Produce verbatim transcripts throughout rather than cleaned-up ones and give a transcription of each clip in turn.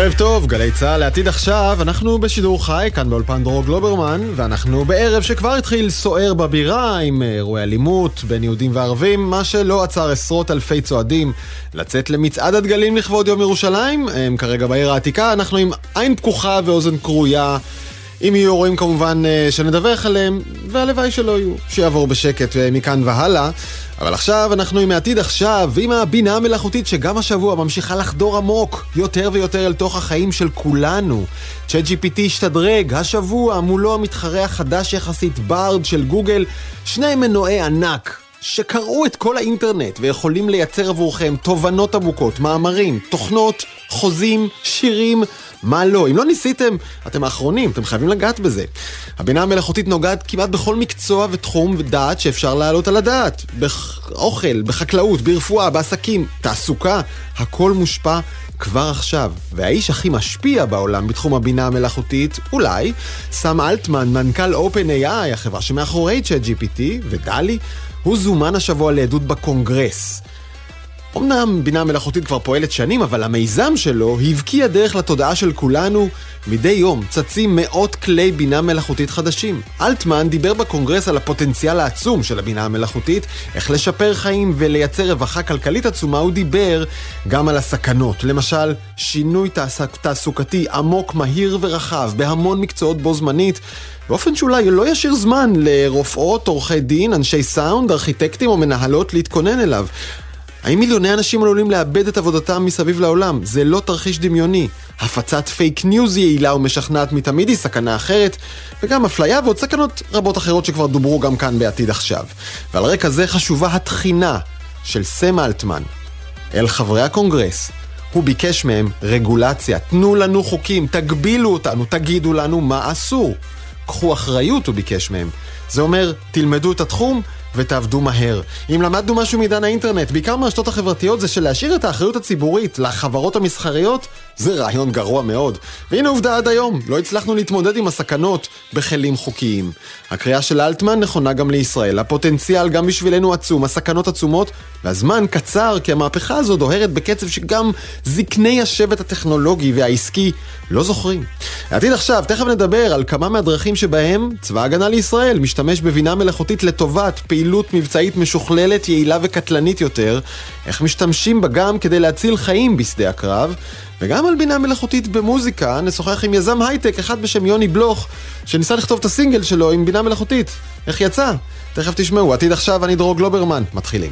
ערב טוב, גלי צהל לעתיד עכשיו, אנחנו בשידור חי, כאן באולפן דרור גלוברמן, ואנחנו בערב שכבר התחיל סוער בבירה עם אירועי אלימות בין יהודים וערבים, מה שלא עצר עשרות אלפי צועדים לצאת למצעד הדגלים לכבוד יום ירושלים. הם כרגע בעיר העתיקה, אנחנו עם עין פקוחה ואוזן קרויה, אם יהיו אירועים כמובן שנדווח עליהם, והלוואי שלא יהיו, שיעבור בשקט מכאן והלאה. אבל עכשיו אנחנו עם העתיד עכשיו, ועם הבינה המלאכותית שגם השבוע ממשיכה לחדור עמוק יותר ויותר אל תוך החיים של כולנו. צ'אט ג'י פי טי השתדרג השבוע מולו המתחרה החדש יחסית בארד של גוגל, שני מנועי ענק שקראו את כל האינטרנט ויכולים לייצר עבורכם תובנות עמוקות, מאמרים, תוכנות, חוזים, שירים, מה לא. אם לא ניסיתם, אתם האחרונים, אתם חייבים לגעת בזה. הבינה המלאכותית נוגעת כמעט בכל מקצוע ותחום ודעת שאפשר להעלות על הדעת. באוכל, בחקלאות, ברפואה, בעסקים, תעסוקה, הכל מושפע כבר עכשיו. והאיש הכי משפיע בעולם בתחום הבינה המלאכותית, אולי, סם אלטמן, מנכ"ל אופן איי איי, החברה שמאחורי צ'אט ג'י פי טי, ודלי, הוא זומן השבוע לעדות בקונגרס. אמנם בינה מלאכותית כבר פועלת שנים, אבל המיזם שלו הבקיע דרך לתודעה של כולנו. מדי יום צצים מאות כלי בינה מלאכותית חדשים. אלטמן דיבר בקונגרס על הפוטנציאל העצום של הבינה המלאכותית, איך לשפר חיים ולייצר רווחה כלכלית עצומה. הוא דיבר גם על הסכנות, למשל שינוי תעסוקתי עמוק, מהיר ורחב בהמון מקצועות בו זמנית, באופן שאולי לא ישאיר זמן לרופאות, עורכי דין, אנשי סאונד, ארכיטקטים או מנהלות להתכונן אליו. האם מיליוני אנשים עלולים לאבד את עבודתם מסביב לעולם? זה לא תרחיש דמיוני. הפצת פייק ניוז יעילה ומשכנעת מתמיד היא סכנה אחרת, וגם אפליה ועוד סכנות רבות אחרות שכבר דוברו גם כאן בעתיד עכשיו. ועל רקע זה חשובה התחינה של סם אלטמן אל חברי הקונגרס. הוא ביקש מהם רגולציה, תנו לנו חוקים, תגבילו אותנו, תגידו לנו מה אסור. קחו אחריות, הוא ביקש מהם. זה אומר, תלמדו את התחום ותעבדו מהר. אם למדנו משהו מעידן האינטרנט, בעיקר מהרשתות החברתיות, זה שלהשאיר את האחריות הציבורית לחברות המסחריות, זה רעיון גרוע מאוד. והנה עובדה עד היום, לא הצלחנו להתמודד עם הסכנות בכלים חוקיים. הקריאה של אלטמן נכונה גם לישראל. הפוטנציאל גם בשבילנו עצום, הסכנות עצומות, והזמן קצר, כי המהפכה הזו דוהרת בקצב שגם זקני השבט הטכנולוגי והעסקי לא זוכרים. העתיד עכשיו, תכף נדבר על כמה מהדרכים שבהם צבא ההגנה לישראל משתמש בבינה מלאכותית לטובת פעילות מבצעית משוכללת, יעילה וקטלנית יותר, איך משתמשים בה גם כדי להציל חיים בשדה הקרב, וגם על בינה מלאכותית במוזיקה. נשוחח עם יזם הייטק אחד בשם יוני בלוך, שניסה לכתוב את הסינגל שלו עם בינה מלאכותית. איך יצא? תכף תשמעו. עתיד עכשיו, אני דרור גלוברמן. מתחילים.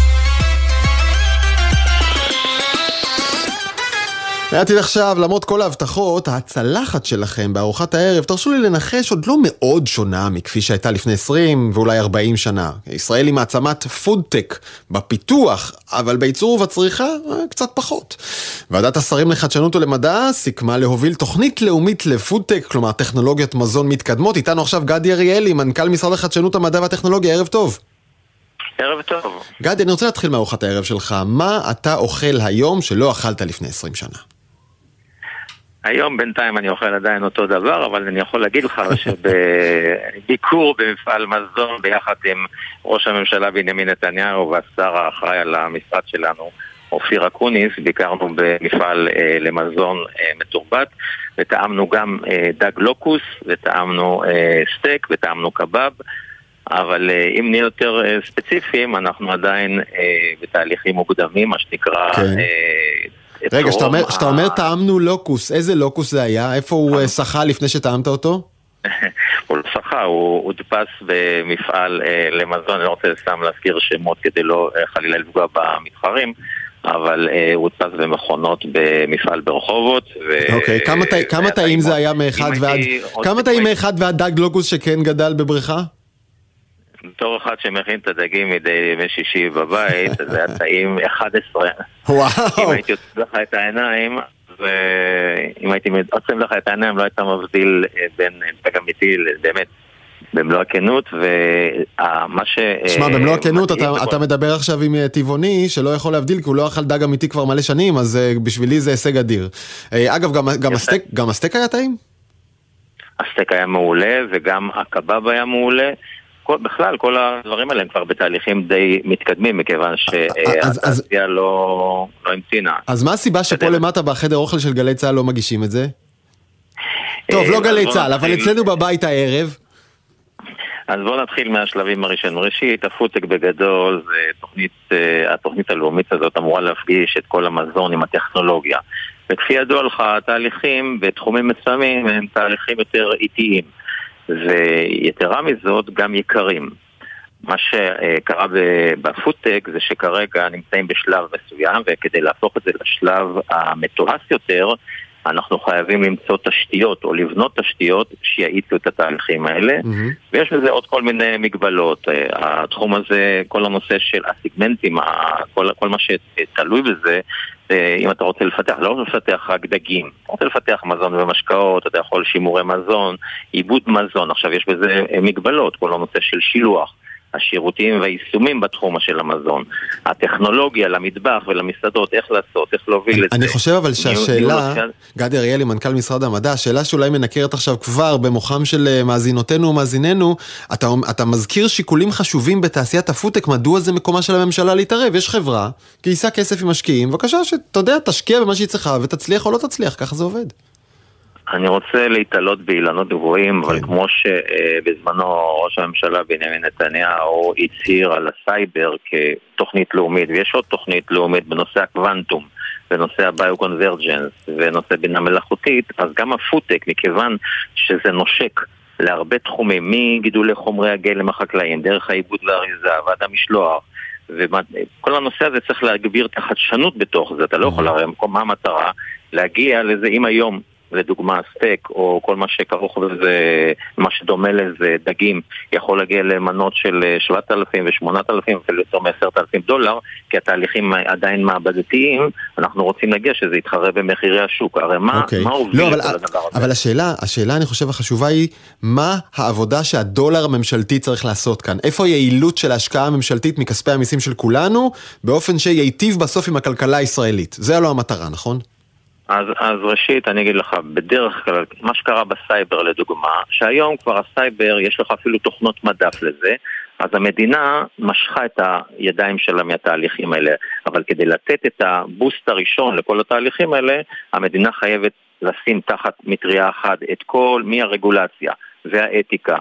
עתיד עכשיו, למרות כל ההבטחות, הצלחת שלכם בארוחת הערב, תרשו לי לנחש, עוד לא מאוד שונה מכפי שהייתה לפני עשרים ואולי ארבעים שנה. ישראל היא מעצמת פודטק בפיתוח, אבל בייצור ובצריכה קצת פחות. ועדת השרים לחדשנות ולמדע סיכמה להוביל תוכנית לאומית לפודטק, כלומר טכנולוגיות מזון מתקדמות. איתנו עכשיו גדי אריאלי, מנכ"ל משרד החדשנות, המדע והטכנולוגיה. ערב טוב. ערב טוב. גדי, אני רוצה להתחיל מארוחת הערב שלך. מה אתה אוכל היום שלא אכלת לפני עשרים שנה? היום בינתיים אני אוכל עדיין אותו דבר, אבל אני יכול להגיד לך שבביקור במפעל מזון ביחד עם ראש הממשלה בנימין נתניהו והשר האחראי על המשרד שלנו, אופיר אקוניס, ביקרנו במפעל אה, למזון אה, מתורבת, וטעמנו גם אה, דג לוקוס, וטעמנו אה, סטייק, וטעמנו קבב, אבל אה, אם נהיה יותר אה, ספציפיים, אנחנו עדיין אה, בתהליכים מוקדמים, מה שנקרא... כן. אה, רגע, שאתה אומר, שאתה אומר טעמנו לוקוס, איזה לוקוס זה היה? איפה הוא שחה לפני שטעמת אותו? הוא לא שחה, הוא הודפס במפעל למזון, אני לא רוצה סתם להזכיר שמות כדי לא חלילה לפגוע במתחרים, אבל הוא הודפס במכונות במפעל ברחובות. אוקיי, כמה טעים זה היה מאחד ועד, כמה טעים מאחד ועד דג לוקוס שכן גדל בבריכה? בתור אחד שמכין את הדגים מדי ימי שישי בבית, זה היה טעים אחד עשרה. וואו. אם הייתי עוצם לך את העיניים, ואם הייתי עוצם לך את העיניים, לא הייתה מבדיל בין דג אמיתי, באמת, במלוא הכנות, ומה ש... שמע, במלוא הכנות, אתה מדבר עכשיו עם טבעוני, שלא יכול להבדיל, כי הוא לא אכל דג אמיתי כבר מלא שנים, אז בשבילי זה הישג אדיר. אגב, גם הסטייק היה טעים? הסטייק היה מעולה, וגם הקבב היה מעולה, כל, בכלל, כל הדברים האלה הם כבר בתהליכים די מתקדמים, מכיוון שהתעשייה לא, לא המתינה. אז מה הסיבה שפה למטה בחדר אוכל של גלי צהל לא מגישים את זה? טוב, לא גלי צהל, אבל אצלנו בבית הערב. אז בואו נתחיל מהשלבים הראשונים. ראשית, הפודטק בגדול, זה תוכנית, התוכנית הלאומית הזאת אמורה להפגיש את כל המזון עם הטכנולוגיה. וכפי ידוע לך, התהליכים בתחומים מסוימים הם תהליכים יותר איטיים. ויתרה מזאת גם יקרים. מה שקרה בפודטק זה שכרגע נמצאים בשלב מסוים, וכדי להפוך את זה לשלב המתועש יותר, אנחנו חייבים למצוא תשתיות או לבנות תשתיות שיעיצו את התהליכים האלה, mm-hmm. ויש בזה עוד כל מיני מגבלות. התחום הזה, כל הנושא של הסיגמנטים, כל, כל מה שתלוי בזה, אם אתה רוצה לפתח, לא רוצה לפתח רק דגים, אתה רוצה לפתח מזון ומשקאות, אתה יכול שימורי מזון, עיבוד מזון, עכשיו יש בזה מגבלות, כל הנושא של שילוח, השירותים והיישומים בתחום של המזון, הטכנולוגיה למטבח ולמסעדות, איך לעשות, איך להוביל את זה. אני חושב אבל שהשאלה, גדי אריאלי, מנכ"ל משרד המדע, השאלה שאולי מנקרת עכשיו כבר במוחם של מאזינותינו ומאזיננו, אתה, אתה מזכיר שיקולים חשובים בתעשיית הפודטק, מדוע זה מקומה של הממשלה להתערב? יש חברה, גייסה כסף עם משקיעים, בבקשה שאתה יודע, תשקיע במה שהיא צריכה, ותצליח או לא תצליח, ככה זה עובד. אני רוצה להתעלות באילנות גבוהים, אבל כמו שבזמנו ראש הממשלה בנימין נתניהו הצהיר על הסייבר כתוכנית לאומית, ויש עוד תוכנית לאומית בנושא הקוונטום, בנושא הביו-קונברג'נס ונושא בינה מלאכותית, אז גם הפודטק, מכיוון שזה נושק להרבה תחומים, מגידולי חומרי הגלם החקלאיים, דרך העיבוד והאריזה ועד המשלוח, וכל הנושא הזה צריך להגביר את החדשנות בתוך זה, אתה לא יכול להראה מה המטרה, להגיע לזה אם היום לדוגמה סטייק או כל מה שכרוך בזה, מה שדומה לזה דגים, יכול להגיע למנות של שבעת אלפים ושמונת אלפים אפילו יותר מעשרת אלפים דולר, כי התהליכים עדיין מעבדתיים, אנחנו רוצים להגיע שזה יתחרה במחירי השוק. הרי מה, okay. מה הוביל לא, את כל הדבר הזה? אבל השאלה, השאלה אני חושב החשובה היא, מה העבודה שהדולר הממשלתי צריך לעשות כאן? איפה היעילות של ההשקעה הממשלתית מכספי המיסים של כולנו, באופן שייטיב בסוף עם הכלכלה הישראלית? זה לא המטרה, נכון? אז, אז ראשית אני אגיד לך, בדרך כלל, מה שקרה בסייבר לדוגמה, שהיום כבר הסייבר, יש לך אפילו תוכנות מדף לזה, אז המדינה משכה את הידיים שלה מהתהליכים האלה, אבל כדי לתת את הבוסט הראשון לכל התהליכים האלה, המדינה חייבת לשים תחת מטריה אחת את כל מהרגולציה והאתיקה,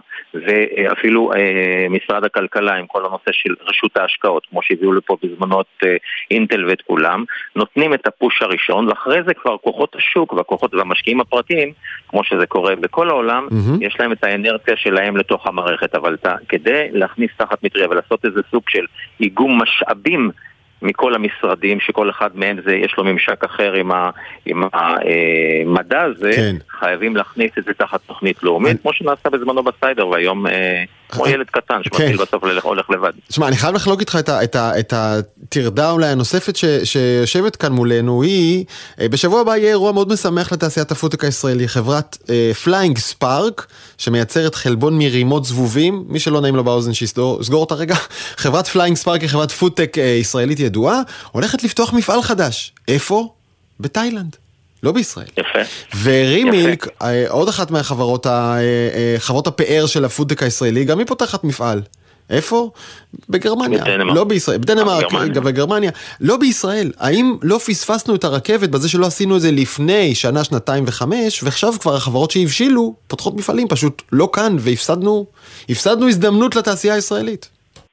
ואפילו אה, משרד הכלכלה עם כל הנושא של רשות ההשקעות, כמו שהביאו לפה בזמנות אה, אינטל ואת כולם, נותנים את הפוש הראשון, ואחרי זה כבר כוחות השוק והכוחות והמשקיעים הפרטיים, כמו שזה קורה בכל העולם, mm-hmm. יש להם את האנרציה שלהם לתוך המערכת, אבל תה, כדי להכניס תחת מטריה ולעשות איזה סוג של איגום משאבים, מכל המשרדים, שכל אחד מהם זה, יש לו ממשק אחר עם, ה, עם המדע הזה, כן. חייבים להכניס את זה תחת תוכנית לאומית, אני... כמו שנעשה בזמנו בסיידר, והיום אה, כמו ילד קטן, שמתחיל כן. בסוף הולך לבד. תשמע, אני חייב לחלוק איתך את, את, את התרדה אולי הנוספת ש, שיושבת כאן מולנו, היא, בשבוע הבא יהיה אירוע מאוד משמח לתעשיית הפודטק הישראלי, חברת פליינג ספארק, שמייצרת חלבון מרימות זבובים, מי שלא נעים לו באוזן שיסגור אותה רגע, חברת פליינג ספארק היא חברת פודטק ישראלית ידועה, הולכת לפתוח מפעל חדש. איפה? בתאילנד. לא בישראל. יפה. ורימילק, עוד אחת מהחברות, חברות הפאר של הפודטק הישראלי, גם היא פותחת מפעל. איפה? בגרמניה. לא בישראל. בדנמרק, בגרמניה. לא בישראל. האם לא פספסנו את הרכבת בזה שלא עשינו את זה לפני שנה, שנתיים וחמש, ועכשיו כבר החברות שהבשילו פותחות מפעלים, פשוט לא כאן, והפסדנו, הפסדנו הזדמנות לתעשייה הישראלית.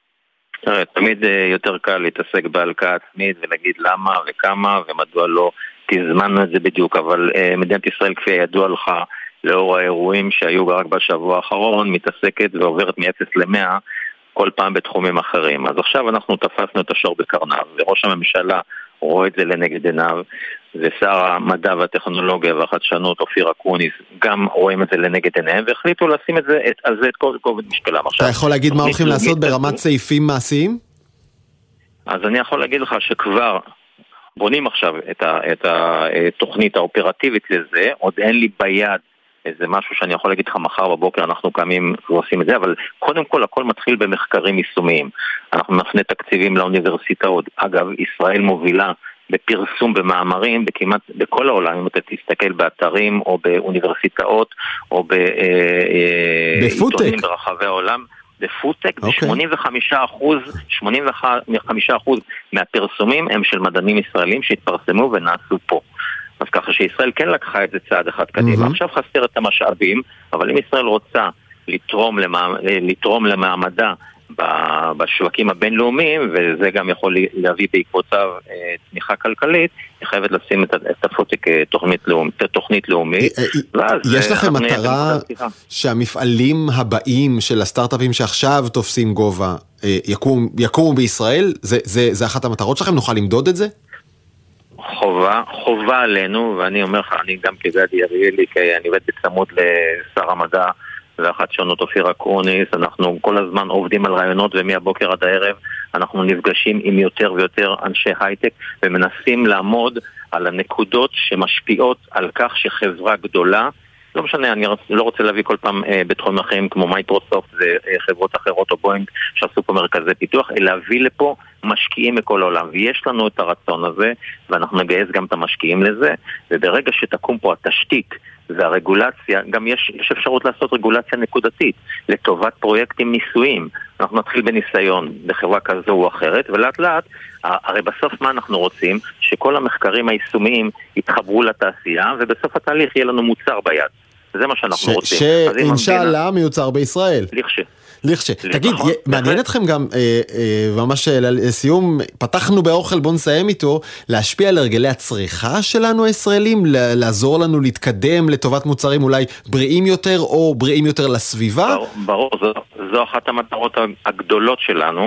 תמיד יותר קל להתעסק בהלקאה עצמית ולהגיד למה וכמה ומדוע לא תזמנו את זה בדיוק, אבל מדינת ישראל כפי הידוע לך לאור האירועים שהיו רק בשבוע האחרון מתעסקת ועוברת מ-אפס למאה כל פעם בתחומים אחרים. אז עכשיו אנחנו תפסנו את השור בקרניו וראש הממשלה רואה את זה לנגד עיניו, ושר המדע והטכנולוגיה והחדשנות אופיר אקוניס גם רואים את זה לנגד עיניהם, והחליטו לשים את זה, את, על זה את כל כובד משקלם. אתה יכול להגיד מה הולכים לעשות ברמת סעיפים מעשיים? אז אני יכול להגיד לך שכבר בונים עכשיו את, ה, את התוכנית האופרטיבית לזה, עוד אין לי ביד איזה משהו שאני יכול להגיד לך מחר בבוקר אנחנו קמים ועושים את זה, אבל קודם כל הכל מתחיל במחקרים יישומיים. אנחנו נפנה תקציבים לאוניברסיטאות. אגב, ישראל מובילה בפרסום במאמרים בכמעט בכל העולם, אם אתה תסתכל באתרים או באוניברסיטאות או בעיתונים ברחבי העולם, זה פודטק, ו-שמונים וחמישה אחוז, שמונים וחמישה אחוז מהפרסומים הם של מדענים ישראלים שהתפרסמו ונעשו פה. אז ככה שישראל כן לקחה את זה צעד אחד קדימה. עכשיו חסר את המשאבים, אבל אם ישראל רוצה לתרום, למע... לתרום למעמדה בשווקים הבינלאומיים, וזה גם יכול להביא בעקבותיו תמיכה כלכלית, היא חייבת לשים את הפודטק כתוכנית לאומית. יש לכם מטרה שהמפעלים הבאים של הסטארט-אפים שעכשיו תופסים גובה יקומו בישראל? זה אחת המטרות שלכם? נוכל למדוד את זה? חובה, חובה עלינו, ואני אומר לך, אני גם כגדי אריאלי, כי אני עובד בצמוד לשר המדע והחדשנות אופיר אקוניס, אנחנו כל הזמן עובדים על רעיונות, ומהבוקר עד הערב אנחנו נפגשים עם יותר ויותר אנשי הייטק, ומנסים לעמוד על הנקודות שמשפיעות על כך שחברה גדולה, לא משנה, אני לא רוצה להביא כל פעם אה, בתחומים אחרים כמו מייקרוסופט וחברות אחרות או בוינג שעשו פה מרכזי פיתוח, אלא להביא לפה משקיעים מכל העולם, ויש לנו את הרצון הזה, ואנחנו נגייס גם את המשקיעים לזה, וברגע שתקום פה התשתית והרגולציה, גם יש, יש אפשרות לעשות רגולציה נקודתית לטובת פרויקטים ניסויים. אנחנו נתחיל בניסיון בחברה כזו או אחרת, ולאט לאט, הרי בסוף מה אנחנו רוצים? שכל המחקרים היישומיים יתחברו לתעשייה, ובסוף התהליך יהיה לנו מוצר ביד. זה מה שאנחנו רוצים. שאינשאללה מיוצר בישראל. לכש. לכש. תגיד, מעניין אתכם גם, ממש לסיום, פתחנו באוכל, בוא נסיים איתו, להשפיע על הרגלי הצריכה שלנו הישראלים, לעזור לנו להתקדם לטובת מוצרים אולי בריאים יותר, או בריאים יותר לסביבה? ברור, זו אחת המטרות הגדולות שלנו,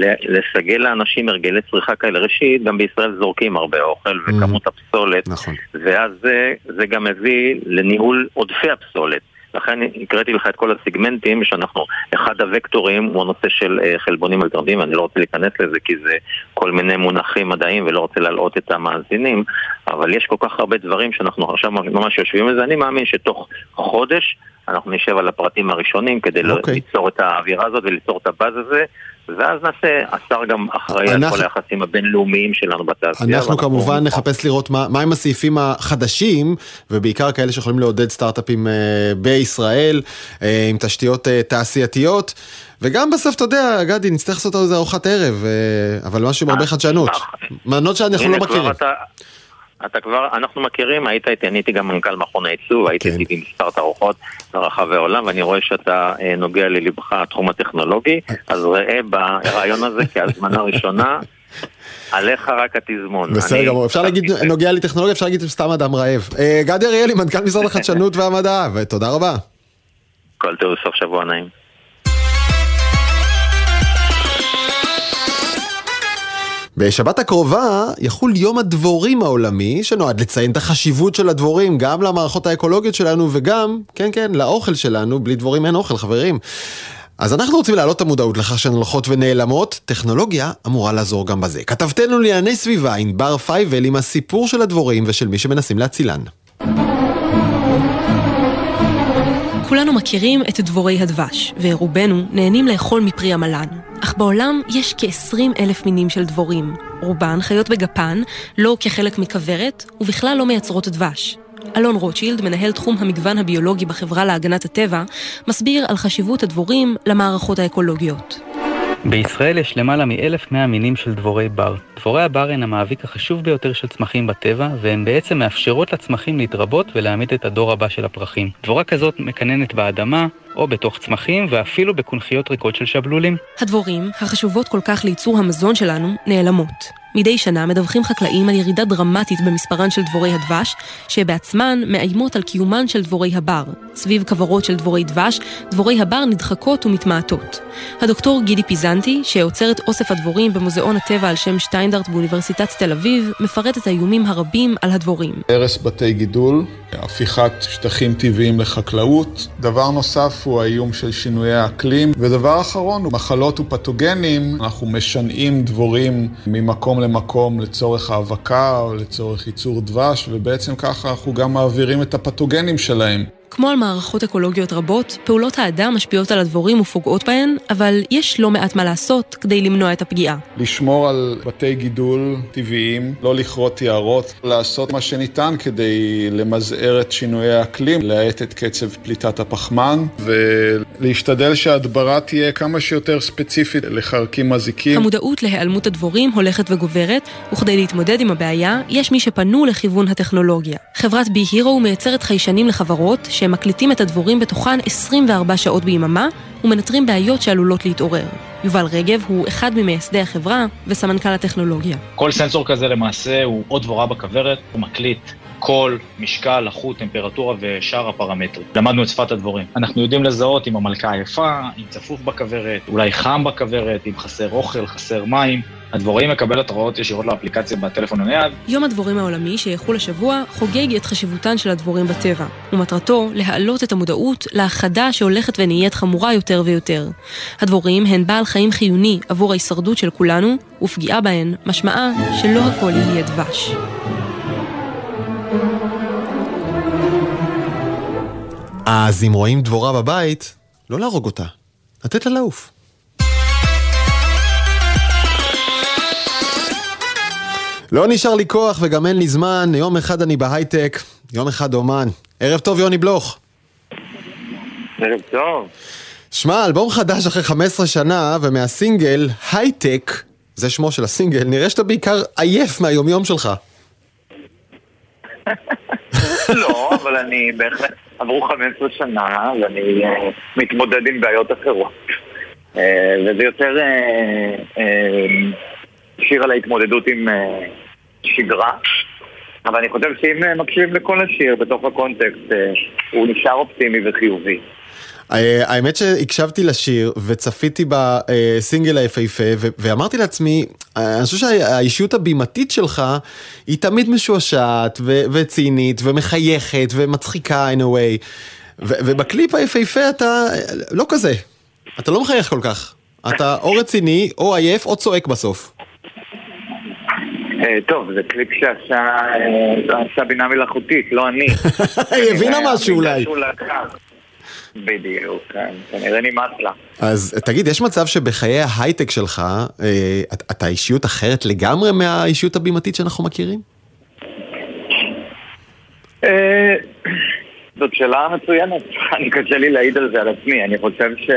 לסגל לאנשים הרגלי צריכה כאלה. ראשית, גם בישראל זורקים הרבה אוכל, וכמות הפסולת, ואז זה גם מביא לניהול עודפי הפסולת. לכן הקראתי לך את כל הסיגמנטים שאנחנו, אחד הוקטורים הוא הנושא של חלבונים אלטרנטיביים, אני לא רוצה להיכנס לזה כי זה כל מיני מונחים מדעיים ולא רוצה להלאות את המאזינים, אבל יש כל כך הרבה דברים שאנחנו עכשיו ממש יושבים לזה. אני מאמין שתוך חודש אנחנו נשב על הפרטים הראשונים כדי okay. ליצור את האווירה הזאת וליצור את הבאז הזה, ואז נעשה, השר גם אחראי אנחנו, על כל היחסים הבינלאומיים שלנו בתעשייה. אנחנו כמובן נחפש לראות מה, מה הם הסעיפים החדשים, ובעיקר כאלה שיכולים לעודד סטארט-אפים uh, בישראל, uh, עם תשתיות uh, תעשייתיות, וגם בסוף, אתה יודע, גדי, נצטרך לעשות איזה ארוחת ערב, uh, אבל משהו עם הרבה חדשנות. מענות שאנחנו לא מכירים. אתה... אתה כבר, אנחנו מכירים, היית איתי, אני הייתי גם מנכ"ל מכון העיצוב, הייתי איתי במספר תערוכות ברחבי העולם, ואני רואה שאתה נוגע ללבך התחום הטכנולוגי, אז ראה ברעיון הזה כהזמנה ראשונה, עליך רק התזמון. בסדר גמור, אפשר להגיד נוגע לי טכנולוגיה, אפשר להגיד סתם אדם רעב. גדי אריאלי, מנכ"ל משרד החדשנות והמדע, ותודה רבה. כל טוב, סוף שבוע נעים. בשבת הקרובה יחול יום הדבורים העולמי, שנועד לציין את החשיבות של הדבורים, גם למערכות האקולוגיות שלנו וגם, כן כן, לאוכל שלנו. בלי דבורים אין אוכל, חברים. אז אנחנו רוצים להעלות את המודעות לכך שהן הולכות ונעלמות. טכנולוגיה אמורה לעזור גם בזה. כתבתנו לענייני סביבה ענבר פייבל עם הסיפור של הדבורים ושל מי שמנסים להצילן. כולנו מכירים את דבורי הדבש, ורובנו נהנים לאכול מפרי המלן. אך בעולם יש כ-עשרים אלף מינים של דבורים. רובן חיות בגפן, לא כחלק מכוורת, ובכלל לא מייצרות דבש. אלון רוטשילד, מנהל תחום המגוון הביולוגי בחברה להגנת הטבע, מסביר על חשיבות הדבורים למערכות האקולוגיות. בישראל יש למעלה מ-אלף ומאה מינים של דבורי בר. דבורי הבר הן המאביק החשוב ביותר של צמחים בטבע, והן בעצם מאפשרות לצמחים להתרבות ולהעמיד את הדור הבא של הפרחים. דבורה כזאת מקננת באדמה, או בתוך צמחים, ואפילו בקונכיות ריקות של שבלולים. הדבורים, החשובות כל כך לייצור המזון שלנו, נעלמות. מדי שנה מדווחים חקלאים על ירידה דרמטית במספרן של דבורי הדבש, שבעצמן מאיימות על קיומן של דבורי הבר. סביב כוורות של דבורי דבש, דבורי הבר נדחקות ומתמעטות. הדוקטור גידי פיזנטי, שעוצר את אוסף הדבורים במוזיאון הטבע על שם שטיינדרט באוניברסיטת תל אביב, מפרט את האיומים הרבים על הדבורים. הרס בתי גידול, הפיכת שטחים טבעיים לחקלאות. דבר נוסף הוא האיום של שינויי האקלים, ודבר אחרון הוא מחלות ופתוגנים. אנחנו משנעים דבורים ממקום למקום לצורך האבקה או לצורך ייצור דבש, ובעצם ככה אנחנו גם מעבירים את הפתוגנים שלהם. כמו על מערכות אקולוגיות רבות, פעולות האדם משפיעות על הדבורים ופוגעות בהן, אבל יש לא מעט מה לעשות כדי למנוע את הפגיעה. לשמור על בתי גידול טבעיים, לא לכרות יערות, לעשות מה שניתן כדי למזער את שינויי האקלים, להאט את קצב פליטת הפחמן, ולהשתדל שההדברה תהיה כמה שיותר ספציפית לחרקים מזיקים. המודעות להיעלמות הדבורים הולכת וגוברת, וכדי להתמודד עם הבעיה, יש מי שפנו לכיוון הטכנולוגיה. חברת בי הירו מייצרת חיישנים לחברות שהם מקליטים את הדבורים בתוכן עשרים וארבע שעות ביממה ומנטרים בעיות שעלולות להתעורר. יובל רגב הוא אחד ממייסדי החברה וסמנכ"ל הטכנולוגיה. כל סנסור כזה למעשה הוא עוד דבורה בכוורת, הוא מקליט קול, משקל, לחות, טמפרטורה ושאר הפרמטרים. למדנו את שפת הדבורים. אנחנו יודעים לזהות אם המלכה עייפה, אם צפוף בכוורת, אולי חם בכוורת, אם חסר אוכל, חסר מים. הדבורים מקבל התראות ישירות לאפליקציה בטלפון הנייד. יום הדבורים העולמי שיחול השבוע חוגג את חשיבותן של הדבורים בטבע, ומטרתו להעלות את המודעות להחדה שהולכת ונהיית חמורה יותר ויותר. הדבורים הן בעל חיים חיוני עבור ההישרדות של כולנו, ופגיעה בהן משמעה שלא הכל יהיה דבש. אז אם רואים דבורה בבית, לא להרוג אותה, לתת לה לעוף. לא נשאר לי כוח וגם אין לי זמן, יום אחד אני בהייטק, יום אחד אומן. ערב טוב יוני בלוך. ערב טוב. שמע, אלבום חדש אחרי חמש עשרה שנה, ומהסינגל הייטק, זה שמו של הסינגל, נראה שאתה בעיקר עייף מהיומיום שלך. לא, אבל אני בהחלט עברו חמש עשרה שנה, ואני uh, מתמודד עם בעיות אחרות. Uh, וזה יותר uh, uh, שיר על ההתמודדות עם uh, שגרה. אבל אני חושב שאם uh, מקשיבים לכל השיר בתוך הקונטקסט, uh, הוא נשאר אופטימי וחיובי. האמת שהקשבתי לשיר וצפיתי בסינגל היפהפה ואמרתי לעצמי, אני חושב שהאישיות הבימתית שלך היא תמיד משועשעת וצינית ומחייכת ומצחיקה in a way, ובקליפ היפהפה אתה לא כזה, אתה לא מחייך כל כך, אתה או רציני או עייף או צועק בסוף. טוב, זה קליפ שעשה בינה מלאכותית, לא אני. היא הבינה משהו אולי. בדיוק, כנראה נמאס לה. אז תגיד, יש מצב שבחיי ההייטק שלך, אתה אישיות אחרת לגמרי מהאישיות הבימתית שאנחנו מכירים? זאת שאלה מצוינת, אני קשה לי להעיד על זה על עצמי, אני חושב ש...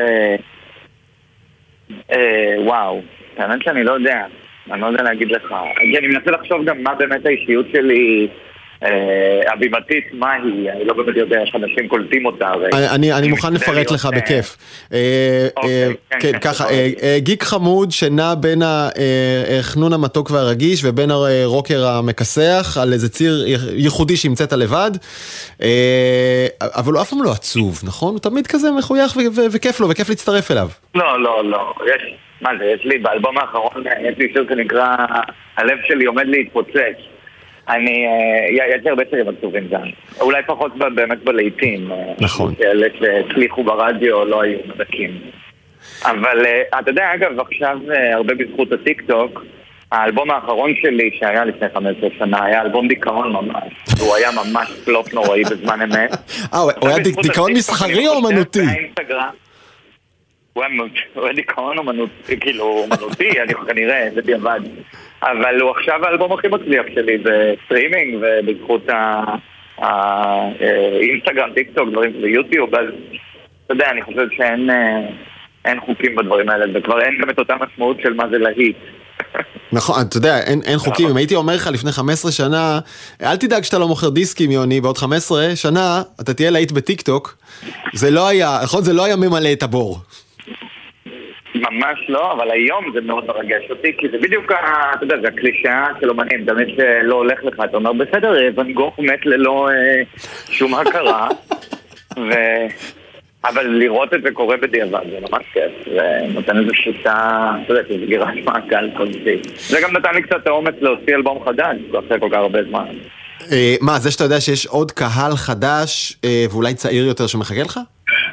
וואו, האמת שאני לא יודע, אני לא יודע להגיד לך. אני מנסה לחשוב גם מה באמת האישיות שלי... הבימתית, מה היא? אני לא באמת יודע איך אנשים קולטים אותה. אני מוכן לפרט לך בכיף. כן, ככה, גיק חמוד שנע בין החנון המתוק והרגיש ובין הרוקר המכסח על איזה ציר ייחודי שהמצאת לבד, אבל הוא אף פעם לא עצוב, נכון? הוא תמיד כזה מחוייך וכיף לו, וכיף להצטרף אליו. לא, לא, לא. מה זה, יש לי באלבום האחרון, יש לי שיר שנקרא הלב שלי עומד להתפוצץ. אני, יש הרבה שירים עצובים גם. אולי פחות באמת בלעיתים. נכון. שאלה שהצליחו ברדיו לא היו מדקים. אבל אתה יודע, אגב, עכשיו הרבה בזכות הטיק טוק, האלבום האחרון שלי שהיה לפני חמש עשרה שנה היה אלבום דיכאון ממש. הוא היה ממש פלופ נוראי בזמן אמת. אה, הוא היה דיכאון מסחרי או אמנותי? הוא היה דיכאון אומנותי, כאילו אומנותי, אני כנראה, זה דיעבד. אבל הוא עכשיו האלבום הכי מצליח שלי בסטרימינג ובזכות האינסטגרם, טיק טוק, דברים ביוטיוב, אז אתה יודע, אני חושב שאין חוקים בדברים האלה, וכבר אין גם את אותה משמעות של מה זה להיט. נכון, אתה יודע, אין חוקים. אם הייתי אומר לך לפני חמש עשרה שנה, אל תדאג שאתה לא מוכר דיסקים, יוני, בעוד חמש עשרה שנה אתה תהיה להיט בטיק טוק, זה לא היה, נכון, זה לא היה ממלא את הבור. ממש לא, אבל היום זה מאוד מרגש אותי, כי זה בדיוק, אתה יודע, זה הקלישאה של אומנים, תמיד שלא הולך לך, אתה אומר, בסדר, ואן גוך מת ללא אה, שום הכרה, ו... אבל לראות את זה קורה בדיעבד, זה ממש כיף, זה נותן איזו שיטה, אתה יודע, זה סגירת מעגל כלשהי. זה גם נתן לי קצת האומץ להוציא אלבום חדש, אחרי כל כך הרבה זמן. אה, מה, זה שאתה יודע שיש עוד קהל חדש, אה, ואולי צעיר יותר שמחכה לך?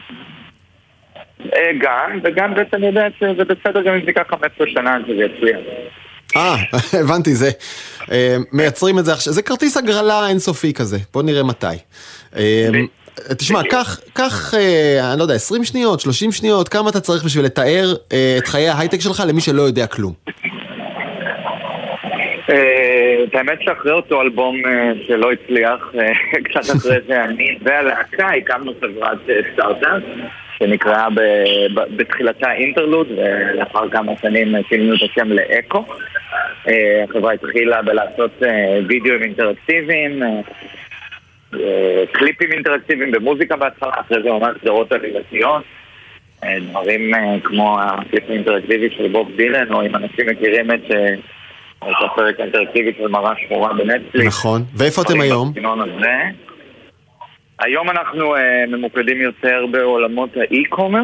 גם, וגם בעצם אני יודע שזה בסדר גם אם זה ייקח חמש עשרה שנה שזה יצליח. אה, הבנתי, זה מייצרים את זה עכשיו, זה כרטיס הגרלה אינסופי כזה, בוא נראה מתי. תשמע, קח, אני לא יודע, עשרים שניות, שלושים שניות, כמה אתה צריך בשביל לתאר את חיי ההייטק שלך למי שלא יודע כלום? את האמת שאחרי אותו אלבום שלא הצליח, קצת אחרי זה אני והלהקה הקמנו חברת סטארט-אפ שנקראה בתחילתה אינטרלוד, ולאחר כמה שנים שינינו את השם לאקו. החברה התחילה בלעשות וידאוים אינטראקטיביים, קליפים אינטראקטיביים במוזיקה בהתחלה, אחרי זה ממש סדרות עלילתיות, דברים כמו הקליפ האינטראקטיבי של בוב דילן, או אם אנשים מכירים את הפרק האינטראקטיבי של מראה שחורה בנטפליקס. נכון, ואיפה אתם היום? היום אנחנו ממוקדים יותר בעולמות האי-קומרס,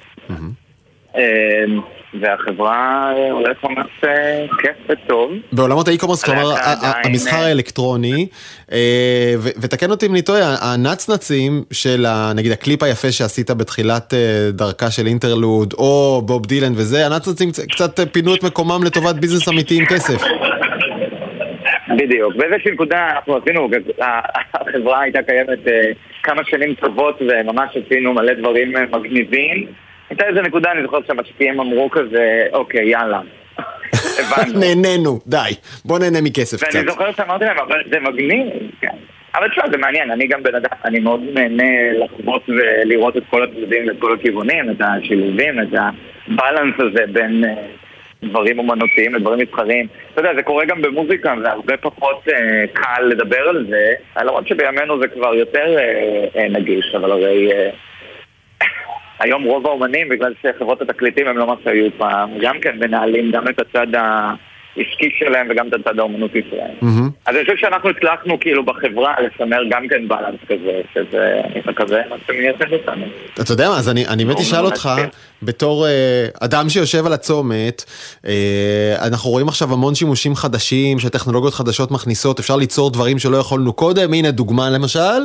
והחברה הולך ממש כיף וטוב. בעולמות האי-קומרס, כלומר, המסחר האלקטרוני, ותקן אותי אם אני טועה, הנצנצים של, נגיד, הקליפ היפה שעשית בתחילת דרכה של אינטרלוד, או בוב דילן וזה, הנצנצים קצת פינו את מקומם לטובת ביזנס אמיתי עם כסף. בדיוק, באיזושהי נקודה אנחנו עשינו, החברה הייתה קיימת כמה שנים טובות, וממש עשינו מלא דברים מגניבים. הייתה איזו נקודה, אני זוכר שהמשקיעים אמרו כזה, אוקיי, יאללה. נהננו, די, בוא נהנה מכסף קצת. ואני זוכר שאמרתי להם, אבל זה מגניב. אבל תשמע, זה מעניין, אני גם בן אדם, אני מאוד נהנה לחוות ולראות את כל הצדדים ואת כל הכיוונים, את השילובים, את הבלנס הזה בין דברים אומנותיים לדברים מסחריים. אתה יודע, זה קורה גם במוזיקה, זה הרבה פחות קל לדבר על זה, למרות שבימינו זה כבר יותר נגיש, אבל הרי... היום רוב האומנים, בגלל שחברות התקליטים הם לא מה שהיו פעם, גם כן מנהלים גם את הצד העסקי שלהם וגם את הצד האומנותי שלהם. Mm-hmm. אז אני חושב שאנחנו הצלחנו כאילו בחברה לשמר גם כן בלנס כזה, שזה כזה מה שמייצג אותנו. אתה יודע מה, אז אני, אני באמת אשאל אותך, בתור uh, אדם שיושב על הצומת, uh, אנחנו רואים עכשיו המון שימושים חדשים, שטכנולוגיות חדשות מכניסות, אפשר ליצור דברים שלא יכולנו קודם, הנה דוגמה למשל.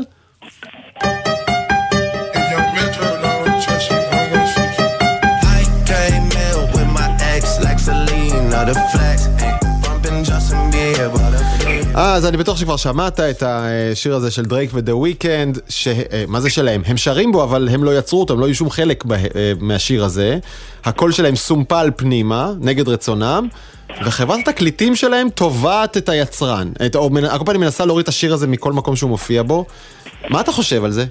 אז אני בטוח שכבר שמעת את השיר הזה של דרייק ודה וויקנד, מה זה שלהם? הם שרים בו, אבל הם לא יצרו אותו, הם לא יהיו שום חלק מהשיר הזה. הקול שלהם סומפל פנימה, נגד רצונם, וחברת התקליטים שלהם תובעת את היצרן. או כל פעם אני מנסה להוריד את השיר הזה מכל מקום שהוא מופיע בו. מה אתה חושב על זה?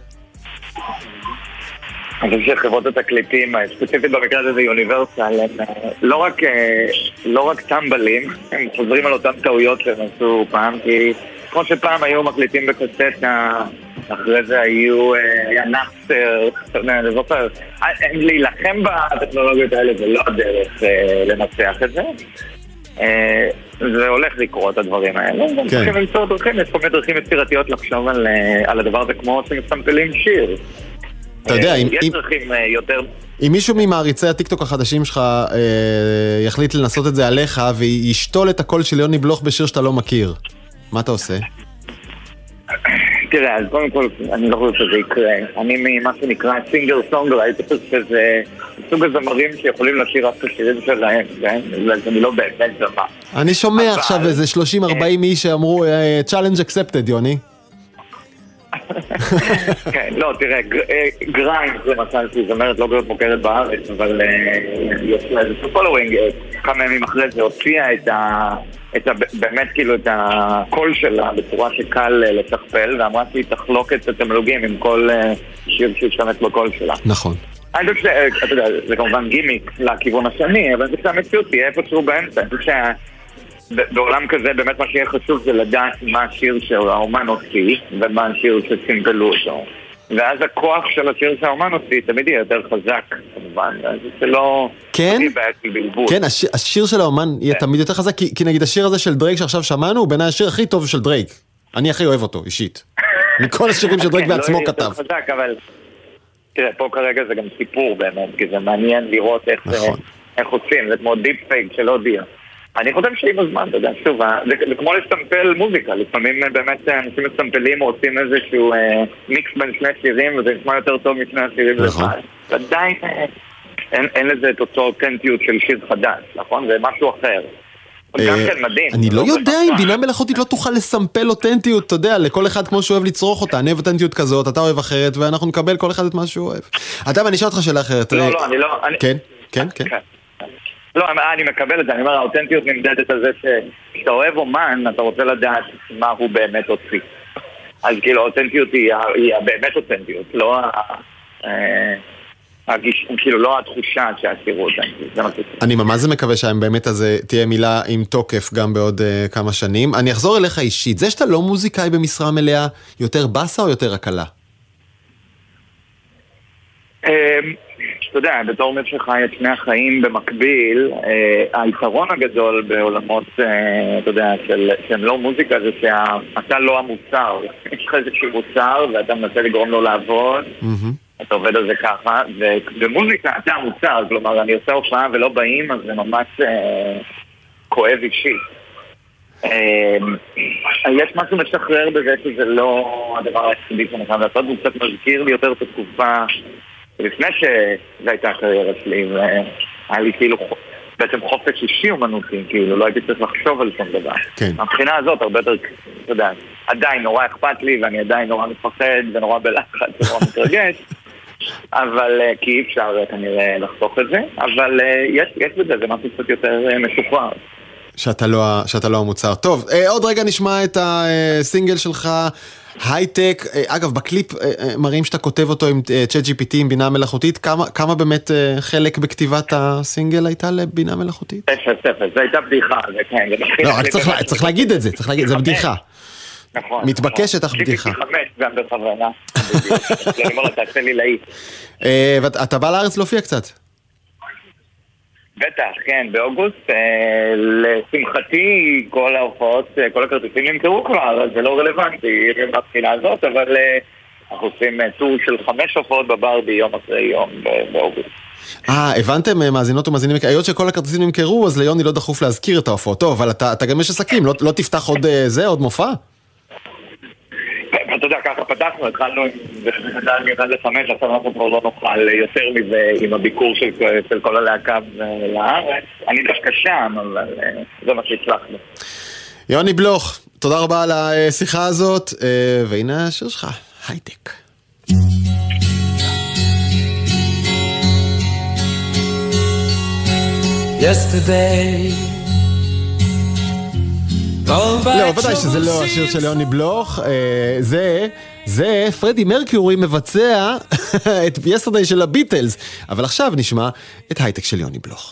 אני חושב שחברות התקליטים, ספציפית במקרה הזה זה יוניברסל, הם לא רק, לא רק טמבלים, הם חוזרים על אותם טעויות שהם עשו פעם, כי כמו שפעם היו מקליטים בקסטה, אחרי זה היו, היה נאפסטר, אני זוכר, להילחם בטכנולוגיות האלה זה לא הדרך לנצח את זה. זה הולך לקרות הדברים האלה, צריכים למצוא דרכים, יש כל מיני דרכים יצירתיות לחשוב על, על הדבר הזה כמו שמסמפלים שיר. אתה יודע, אם, יש דרכים יותר... אם מישהו ממעריצי הטיקטוק החדשים שלך אה, יחליט לנסות את זה עליך וישתול את הקול של יוני בלוך בשיר שאתה לא מכיר, מה אתה עושה? תראה, אז קודם כל, אני לא חושב שזה יקרה. אני ממה שנקרא סינגר סונגר, הייתי חושב שזה סוג הזמרים שיכולים לשיר רק את השירים שלהם, כן? אני לא באמת זמה. אני שומע עכשיו איזה שלושים ארבעים איש שאמרו, challenge accepted, יוני. כן, לא, תראה, גריינד זה מצל שהיא זמרת לא להיות מוכרת בארץ, אבל יש לה איזה פולווינג, כמה ימים אחרי זה הוציאה את ה... באמת כאילו את הקול שלה בצורה שקל לשכפל, ואמרה שהיא תחלוק את התמלוגים עם כל שיר שישתמש בקול שלה. נכון. אני חושב שאתה יודע, זה כמובן גימיק לכיוון השני, אבל זה שהמציאות תהיה איפשהו באמצע. אני חושב שבעולם כזה באמת מה שיהיה חשוב זה לדעת מה השיר שהאומן הוציא ומה השיר שסימפלו אותו. ואז הכוח של השיר שהאומן הוציא תמיד יהיה יותר חזק, כמובן. זה לא... כן? כן, השיר של האומן יהיה תמיד יותר חזק, כי נגיד השיר הזה של דרייק שעכשיו שמענו, הוא בעיניי השיר הכי טוב של דרייק. אני הכי אוהב אותו, אישית. מכל השירים שדרייק בעצמו כתב. לא יהיה יותר חזק, אבל... תראה, פה כרגע זה גם סיפור באמת, כי זה מעניין לראות איך עושים, זה כמו דיפ פייק של אודיו. אני חושב שעם הזמן, אתה יודע, שוב, זה כמו לסטמפל מוזיקה, לפעמים באמת אנשים מסטמפלים או עושים איזשהו מיקס בין שני שירים, וזה נשמע יותר טוב משני השירים לבד. עדיין אין לזה את אותו אותנטיות של שיר חדש, נכון? זה משהו אחר. גם כן מדהים. אני לא יודע אם בינה מלאכותית לא תוכל לסמפל אותנטיות, אתה יודע, לכל אחד כמו שהוא אוהב לצרוך אותה, אני אוהב אותנטיות כזאת, אתה אוהב אחרת, ואנחנו נקבל כל אחד את מה שהוא אוהב. אתה, ואני אשאל אותך שאלה אחרת. לא, לא, אני לא... כן, כן, כן. לא, אני מקבל את זה, אני אומר, האותנטיות נמדדת על זה שאתה אוהב אומן, אתה רוצה לדעת מה הוא באמת הוציא. אז כאילו, האותנטיות היא באמת אותנטיות, לא כאילו לא התחושה שהסירו אותנטיות. אני ממש מקווה שהבאמת הזה תהיה מילה עם תוקף גם בעוד כמה שנים. אני אחזור אליך אישית, זה שאתה לא מוזיקאי במשרה מלאה, יותר בסה או יותר הקלה? אתה יודע, בתור מי שחי את שני החיים במקביל, היתרון הגדול בעולמות, אתה יודע, שהם לא מוזיקה, זה שאתה לא המוצר. יש לך איזשהו מוצר ואתה מנסה לגרום לו לעבוד, אתה עובד על זה ככה, ובמוזיקה אתה המוצר, כלומר, אני עושה הופעה ולא באים, אז זה ממש כואב אישי. יש משהו משחרר בזה שזה לא הדבר היחידי שאני חייב לעשות, הוא קצת מזכיר לי יותר את התקופה לפני שזו הייתה הקריירה שלי, והיה לי כאילו בעצם חופש אישי אומנותי, כאילו לא הייתי צריך לחשוב על שום דבר. מבחינה הזאת הרבה יותר, אתה יודע, עדיין נורא אכפת לי, ואני עדיין נורא מפחד ונורא בלחץ ונורא מתרגש, אבל כי אי אפשר כנראה לחסוך את זה, אבל יש, יש בזה, זה משהו קצת יותר משוחרר. שאתה לא, שאתה לא המוצר. טוב, עוד רגע נשמע את הסינגל שלך, הייטק. אגב, בקליפ מראים שאתה כותב אותו עם צ'אט ג'י פי טי, עם בינה מלאכותית. כמה, כמה באמת חלק בכתיבת הסינגל הייתה לבינה מלאכותית? אפס, אפס. זו הייתה בדיחה. זה כן. לא, רק צריך, צריך להגיד את זה. צריך להגיד, זה בדיחה. נכון. מתבקשת אך בדיחה. ג'י פי טי חמש גם בכוונה. אני אומר, תעשה לי להיט. ואתה בא לארץ להופיע קצת? בטח, כן, באוגוסט. לשמחתי, כל ההופעות, כל הכרטיסים נמכרו כבר, אז זה לא רלוונטי מבחינה הזאת, אבל אנחנו עושים טור של חמש הופעות בברבי יום אחרי יום באוגוסט. אה, הבנתם, מאזינות ומאזינים, היות שכל הכרטיסים נמכרו, אז ליוני לא דחוף להזכיר את ההופעות. טוב, אבל אתה גם יש עסקים, לא תפתח עוד זה, עוד מופע? אתה יודע, ככה פתחנו, התחלנו עם אחד לחמש, עכשיו אנחנו כבר לא נוכל יותר מזה עם הביקור של כל הלהקה לארץ. אני דווקא שם, אבל זה מה שהצלחנו. יוני בלוך, תודה רבה על השיחה הזאת, והנה השיר שלך, הייטק. Yesterday לא, ודאי שזה לא השיר של יוני בלוך, זה, זה פרדי מרקיורי מבצע את יסטרדיי של הביטלס, אבל עכשיו נשמע את הייטק של יוני בלוך.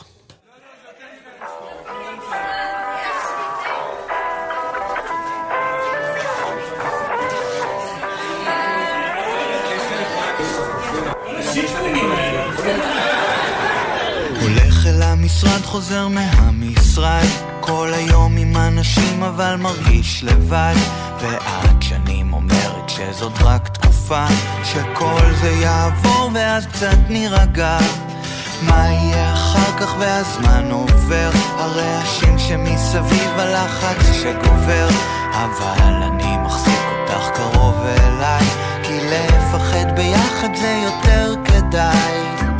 הולך אל המשרד, חוזר מהמשרד, כל היום עם אנשים אבל מרגיש לבד, ועד שנים אומרת שזאת רק תקופה, שכל זה יעבור ואז קצת נרגע. מה יהיה אחר כך והזמן עובר, הרעשים שמסביב הלחץ שגובר, אבל אני מחזיק אותך קרוב אליי, כי לפחד ביחד זה יותר כדאי.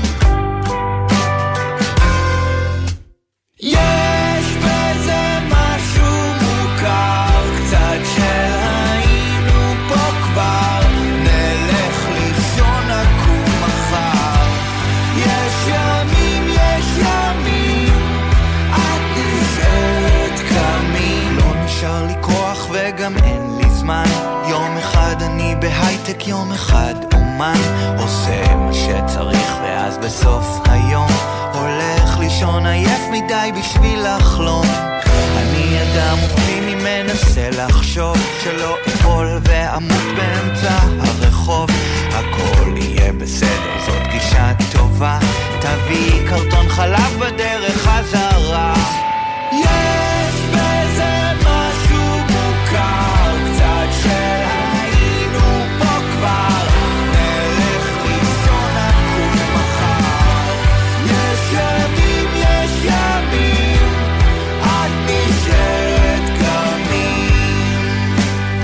יש בזה משהו מוכר, קצת של היינו פה כבר, נלך לישון נקום מחר. יש ימים, יש ימים, את נשארת קמים, לא נשאר לי כוח וגם אין לי זמן, יום אחד אני בהייטק, יום אחד אומן, עושה מה שצריך ואז בסוף היום הולך לישון עייף מדי בשביל לחלום. אני אדם אופטימי מנסה לחשוב שלא אפול ואמות באמצע הרחוב, הכל יהיה בסדר, זאת גישה טובה, תביא קרטון חלב בדרך חזרה. יש בזה משהו מוכר, קצת של היינו פה כבר, נלך לישון נקום מחר. יש ימים, יש ימים, את נשארת קמים.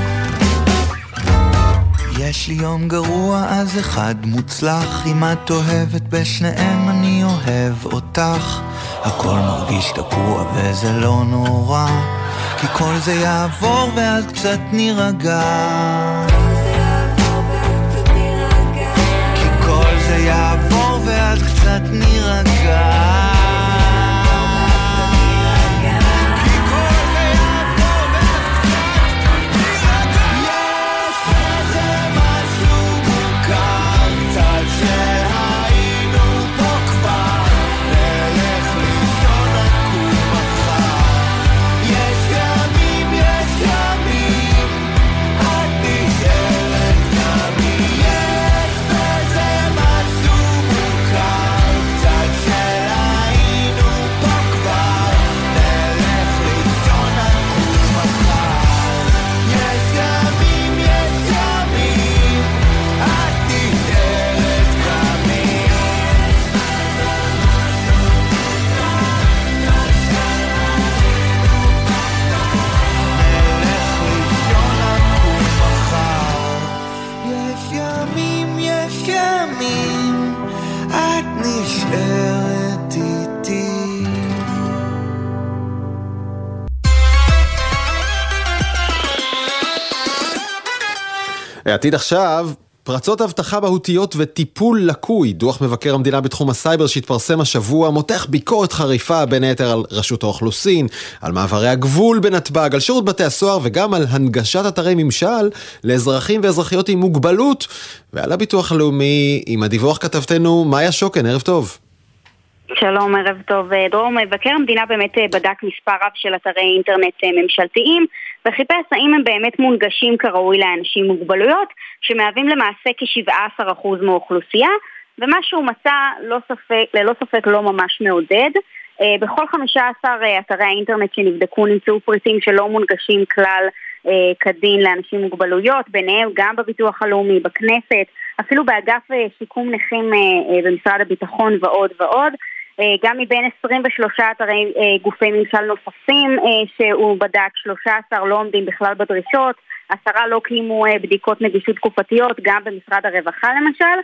יש לי יום גרוע אז אחד מוצלח, אם את אוהבת בשניהם אני אוהב אותך, הכל מרגיש תקוע וזה לא נורא, כי כל זה יעבור ואז קצת נירגע, כי כל זה יעבור ואז קצת נירגע. עתיד עכשיו, פרצות הבטחה בהותיות וטיפול לקוי. דוח מבקר המדינה בתחום הסייבר שהתפרסם השבוע מותח ביקורת חריפה בין היתר על רשות האוכלוסין, על מעברי הגבול בנתב"ג, על שירות בתי הסוהר וגם על הנגשת אתרי ממשל לאזרחים ואזרחיות עם מוגבלות, ועל הביטוח הלאומי. עם הדיווח כתבתנו מאיה שוקן, ערב טוב. שלום, ערב טוב. דרום, מבקר המדינה באמת בדק מספר רב של אתרי אינטרנט ממשלתיים וחיפש האם הם באמת מונגשים כראוי לאנשים עם מוגבלויות, שמהווים למעשה כ-שבעה עשר אחוז מהאוכלוסייה, ומה שהוא מצא לא ספק, ללא ספק לא ממש מעודד. בכל חמישה עשר אתרי האינטרנט שנבדקו נמצאו פריטים שלא מונגשים כלל כדין לאנשים עם מוגבלויות, ביניהם גם בביטוח הלאומי, בכנסת, אפילו באגף שיקום נכים במשרד הביטחון ועוד ועוד. גם מבין עשרים ושלושה אתרי גופי ממשל נוספים שהוא בדק, שלושה עשר לא עומדים בכלל בדרישות, עשרה לא קיימו בדיקות נגישות תקופתיות, גם במשרד הרווחה למשל.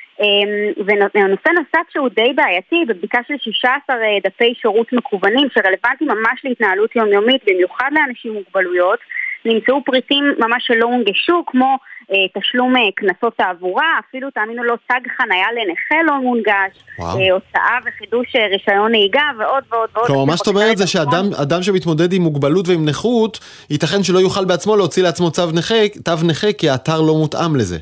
ונושא נוסף שהוא די בעייתי, בבדיקה של שישה עשר דפי שירות מקוונים שרלוונטיים ממש להתנהלות יומיומית, במיוחד לאנשים עם מוגבלויות, נמצאו פריטים ממש שלא מונגשו, כמו אה, תשלום אה, כנסות תעבורה, אפילו תאמינו לו תג חנייה לנכה לא מונגש, אה, הוצאה וחידוש אה, רישיון נהיגה ועוד ועוד ועוד. כלומר, מה שאת אומרת זה שאדם אדם שמתמודד עם מוגבלות ועם נכות, ייתכן שלא יוכל בעצמו להוציא לעצמו צו נכה, תו נכה כי האתר לא מותאם לזה.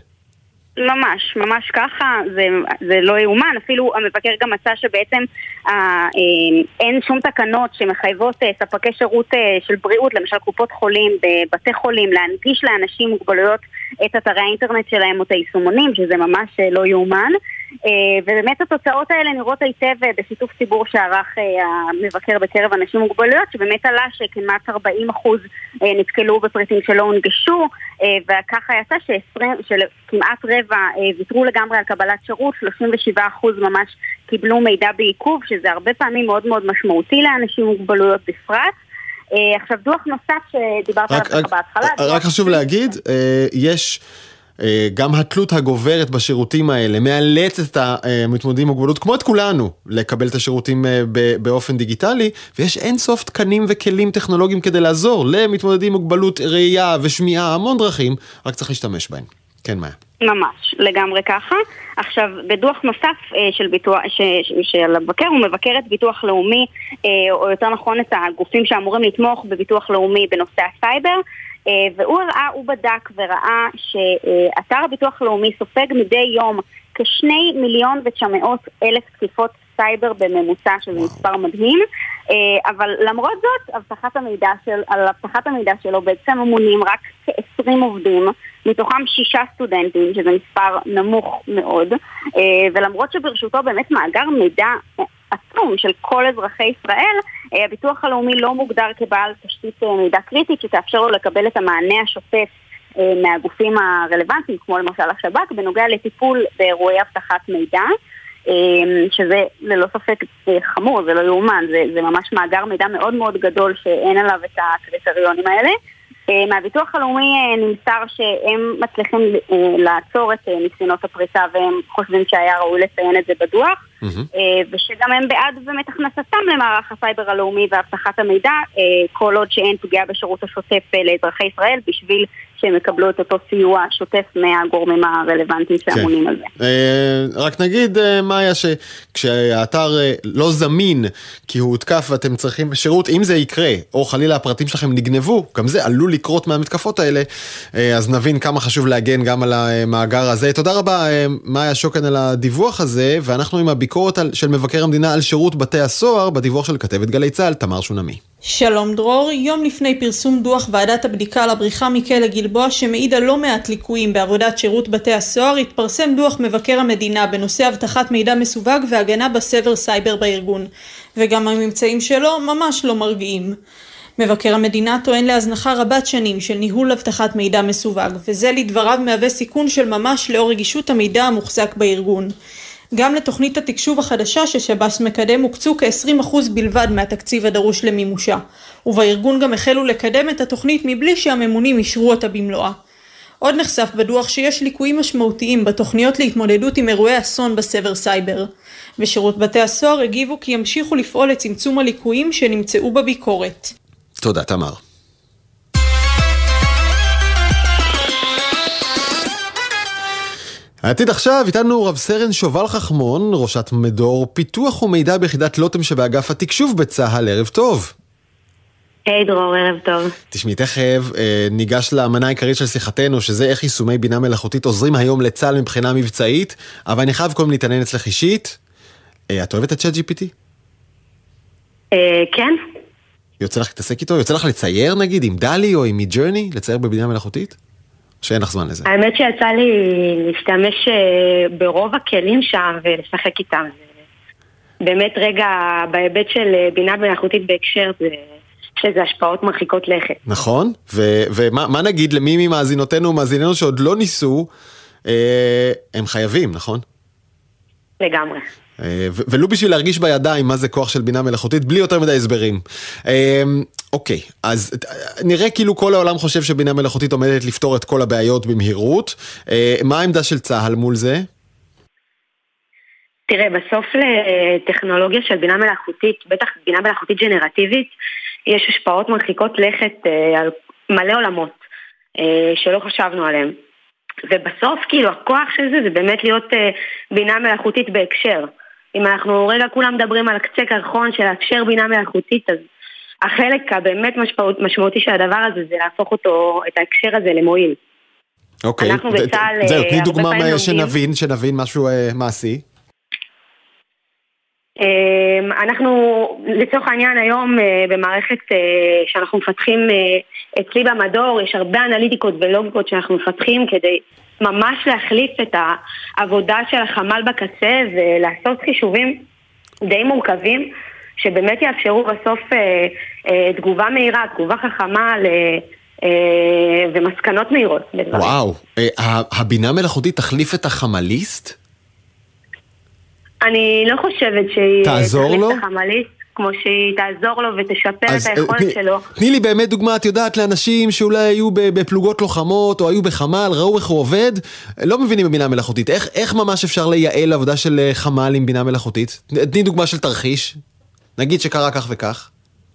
ממש, ממש ככה, זה, זה לא יאומן. אפילו המבקר גם מצא שבעצם אה, אה, אין שום תקנות שמחייבות אה, ספקי שירות אה, של בריאות, למשל קופות חולים, בבתי חולים, להנגיש לאנשים מוגבלויות את אתרי האינטרנט שלהם או את היישומונים, שזה ממש אה, לא יאומן. אה, ובאמת התוצאות האלה נראות היטב בשיתוף ציבור שערך אה, המבקר בקרב אנשים מוגבלויות, שבאמת עלה שכמעט ארבעים אחוז אה, נתקלו בפריטים שלא הונגשו, אה, וככה יצא שכמעט רבע ויתרו לגמרי על קבלת שירות, שלושים ושבעה אחוז ממש קיבלו מידע בעיכוב, שזה הרבה פעמים מאוד מאוד משמעותי לאנשים עם מוגבלויות בפרט. עכשיו דוח נוסף שדיברת עליו בהתחלה. רק חשוב להגיד, יש גם התלות הגוברת בשירותים האלה, מאלץ את המתמודדים עם מוגבלות, כמו את כולנו, לקבל את השירותים באופן דיגיטלי, ויש אין סוף תקנים וכלים טכנולוגיים כדי לעזור למתמודדים עם מוגבלות ראייה ושמיעה, המון דרכים, רק צריך להשתמש בהן. כן, מאיה. ממש, לגמרי ככה. עכשיו, בדוח נוסף של ביטוח, של המבקר, הוא מבקר את ביטוח לאומי, או יותר נכון את הגופים שאמורים לתמוך בביטוח לאומי בנושא הסייבר, והוא הראה, הוא בדק וראה שאתר הביטוח לאומי סופג מדי יום כשני מיליון ותשע מאות אלף תקיפות סייבר בממוצע, שזה מספר מדהים, אבל למרות זאת, הבטחת המידע של, על הבטחת המידע שלו בעצם אמונים רק כ-עשרים עובדים, מתוכם שישה סטודנטים, שזה מספר נמוך מאוד, ולמרות שברשותו באמת מאגר מידע עצום של כל אזרחי ישראל, הביטוח הלאומי לא מוגדר כבעל תשתית מידע קריטית שתאפשר לו לקבל את המענה השוטף מהגופים הרלוונטיים, כמו למשל השב"כ, בנוגע לטיפול באירועי הבטחת מידע, שזה ללא ספק חמור, זה לא יאומן, זה, זה ממש מאגר מידע מאוד מאוד גדול שאין עליו את הקריטריונים האלה. מהביטוח הלאומי נמסר שהם מצליחים לעצור את ניסיונות הפריצה והם חושבים שהיה ראוי לציין את זה בדוח ושגם הם בעד באמת הכנסתם למערך הסייבר הלאומי והבטחת המידע כל עוד שאין פגיעה בשירות השוטף לאזרחי ישראל בשביל שהם יקבלו את אותו סיוע שוטף מהגורמים הרלוונטיים שאמונים על זה. רק נגיד, מאיה, שכשהאתר לא זמין כי הוא הותקף ואתם צריכים שירות, אם זה יקרה, או חלילה הפרטים שלכם נגנבו, גם זה עלול לקרות מהמתקפות האלה, אז נבין כמה חשוב להגן גם על המאגר הזה. תודה רבה, מאיה שוקן, על הדיווח הזה, ואנחנו עם הביקורת של מבקר המדינה על שירות בתי הסוהר, בדיווח של כתבת גלי צה"ל, תמר שונמי. שלום דרור, יום לפני פרסום דוח ועדת הבדיקה לבריחה מכלא גלבוע שמעיד על לא מעט ליקויים בעבודת שירות בתי הסוהר, התפרסם דוח מבקר המדינה בנושא הבטחת מידע מסווג והגנה בסבר סייבר בארגון, וגם הממצאים שלו ממש לא מרגיעים. מבקר המדינה טוען להזנחה רבת שנים של ניהול הבטחת מידע מסווג, וזה לדבריו מהווה סיכון של ממש לאור רגישות המידע המוחזק בארגון. גם לתוכנית התקשוב החדשה ששב"ס מקדם הוקצו כ-עשרים אחוז בלבד מהתקציב הדרוש למימושה, ובארגון גם החלו לקדם את התוכנית מבלי שהממונים אישרו אותה במלואה. עוד נחשף בדוח שיש ליקויים משמעותיים בתוכניות להתמודדות עם אירועי אסון בסבר סייבר. ושירות בתי הסוהר הגיבו כי ימשיכו לפעול לצמצום הליקויים שנמצאו בביקורת. תודה, תמר. העתיד עכשיו, איתנו רב סרן שובל חכמון, ראשת מדור פיתוח ומידע ביחידת לוטם שבאגף התקשוב בצה"ל. ערב טוב. היי דרור, ערב טוב. תשמעי, תכף ניגש למנה העיקרית של שיחתנו, שזה איך יישומי בינה מלאכותית עוזרים היום לצה"ל מבחינה מבצעית, אבל אני חייב קודם להתעניין אצלך אישית. את אוהבת את צ'אט ג'י פי טי? כן. יוצא לך להתעסק איתו? יוצא לך לצייר נגיד עם דלי או עם מידג'רני, לצייר בבינה מלאכותית? שאין לך זמן לזה. האמת שיצא לי להשתמש ברוב הכלים שם ולשחק איתם. באמת רגע, בהיבט של בינה מלאכותית בהקשר, זה שזה השפעות מרחיקות לכת. נכון, ומה נגיד למי ממאזינותינו ומאזיננו שעוד לא ניסו, הם חייבים, נכון? לגמרי. ולא בשביל להרגיש בידיים מה זה כוח של בינה מלאכותית, בלי יותר מדי הסברים. אוקיי, אז נראה כאילו כל העולם חושב שבינה מלאכותית עומדת לפתור את כל הבעיות במהירות. מה העמדה של צה"ל מול זה? תראה, בסוף לטכנולוגיה של בינה מלאכותית, בטח בינה מלאכותית ג'נרטיבית, יש השפעות מרחיקות לכת על מלא עולמות שלא חשבנו עליהם. ובסוף כאילו הכוח של זה זה באמת להיות בינה מלאכותית בהקשר. אם אנחנו רגע כולם מדברים על קצה קרחון של הקשר בינה מלאכותית, אז החלק הבאמת משמעות, משמעותי של הדבר הזה זה להפוך אותו, את ההקשר הזה למועיל. אוקיי, אנחנו בצה"ל זהו, תני דוגמה שנבין, שנבין משהו מעשי. אנחנו לצורך העניין היום במערכת שאנחנו מפתחים אצלי במדור, יש הרבה אנליטיקות ולוגיקות שאנחנו מפתחים כדי ממש להחליף את העבודה של החמ"ל בקצה ולעשות חישובים די מורכבים שבאמת יאפשרו בסוף תגובה מהירה, תגובה חכמה ומסקנות מהירות. וואו, הבינה מלאכותית תחליף את החמליסט? אני לא חושבת שהיא תעזור לו? את החמליסט, כמו שהיא תעזור לו ותשפר את היכולת תני, שלו. תני לי באמת דוגמה, את יודעת, לאנשים שאולי היו בפלוגות לוחמות או היו בחמ"ל, ראו איך הוא עובד, לא מבינים בבינה מלאכותית. איך, איך ממש אפשר לייעל עבודה של חמ"ל עם בינה מלאכותית? תני דוגמה של תרחיש. נגיד שקרה כך וכך.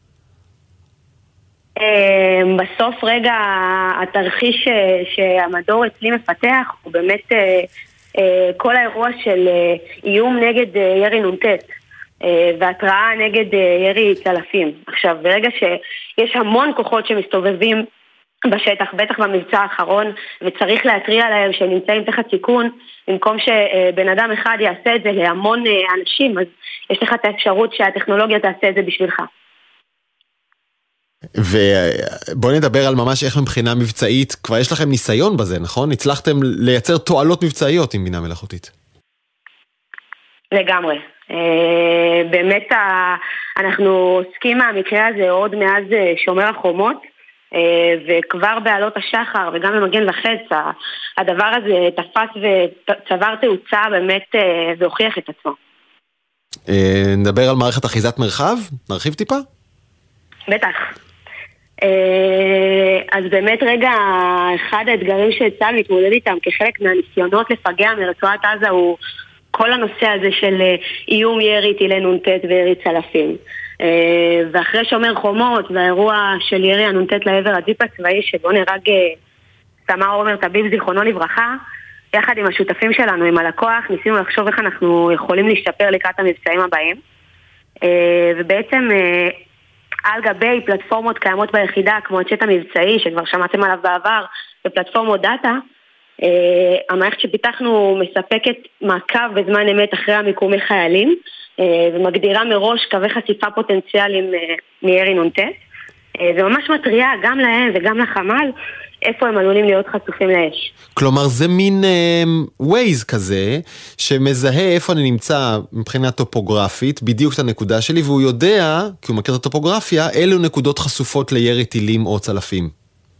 בסוף רגע התרחיש שהמדור אצלי מפתח הוא באמת כל האירוע של איום נגד ירי נונטט והתראה נגד ירי צלפים. עכשיו, ברגע שיש המון כוחות שמסתובבים בשטח, בטח במבצע האחרון, וצריך להטריע להם שהם נמצאים תחת סיכון, במקום שבן אדם אחד יעשה את זה להמון אנשים, אז יש לך את האפשרות שהטכנולוגיה תעשה את זה בשבילך. ובואו נדבר על ממש איך מבחינה מבצעית, כבר יש לכם ניסיון בזה, נכון? הצלחתם לייצר תועלות מבצעיות עם בינה מלאכותית. לגמרי. באמת אנחנו עוסקים מהמקרה הזה עוד מאז שומר החומות, וכבר בעלות השחר וגם במגן וחץ, הדבר הזה תפס וצבר תאוצה באמת והוכיח את עצמו. נדבר על מערכת אחיזת מרחב? נרחיב טיפה? בטח. אז באמת רגע, אחד האתגרים שצה"ל מתמודד איתם כחלק מהניסיונות לפגע מרצועת עזה הוא כל הנושא הזה של איום ירי טילי נ"ט וירי צלפים. ואחרי שומר חומות והאירוע של ירי הנ"ט לעבר הג'יפ הצבאי שבו נהרג סמ"ר עומר טביב זיכרונו לברכה, יחד עם השותפים שלנו, עם הלקוח, ניסינו לחשוב איך אנחנו יכולים להשתפר לקראת המבצעים הבאים. ובעצם על גבי פלטפורמות קיימות ביחידה, כמו הצ'אט המבצעי, שכבר שמעתם עליו בעבר, בפלטפורמות דאטה, המערכת שפיתחנו מספקת מעקב בזמן אמת אחרי המיקומי חיילים, ומגדירה מראש קווי חשיפה פוטנציאליים מירי נ"ט, וממש מטריעה גם להם וגם לחמ"ל, איפה הם עלולים להיות חשופים לאש. כלומר, זה מין ווייז כזה, שמזהה איפה אני נמצא מבחינה טופוגרפית, בדיוק את הנקודה שלי, והוא יודע, כי הוא מכיר את הטופוגרפיה, אילו נקודות חשופות לירי טילים או צלפים.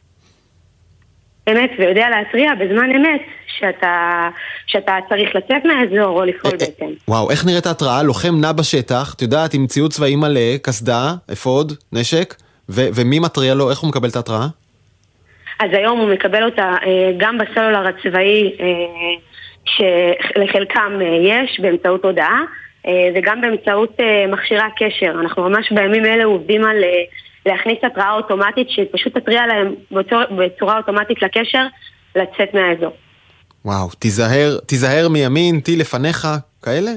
אמת, ויודע להטריע בזמן אמת, שאתה, שאתה צריך לצאת מהאזור או לפעול בעצם. וואו, איך נראית ההתראה? לוחם נע בשטח, את יודעת, עם ציוד צבאי מלא, קסדה, אפוד, נשק, ו- ומי מטריע לו? איך הוא מקבל את ההתראה? אז היום הוא מקבל אותה גם בסלולר הצבאי שלחלקם יש באמצעות הודעה וגם באמצעות מכשירי הקשר. אנחנו ממש בימים אלה עובדים על להכניס התראה אוטומטית שפשוט תטריע להם בצורה אוטומטית לקשר לצאת מהאזור. וואו, תיזהר, תיזהר מימין, תי לפניך, כאלה?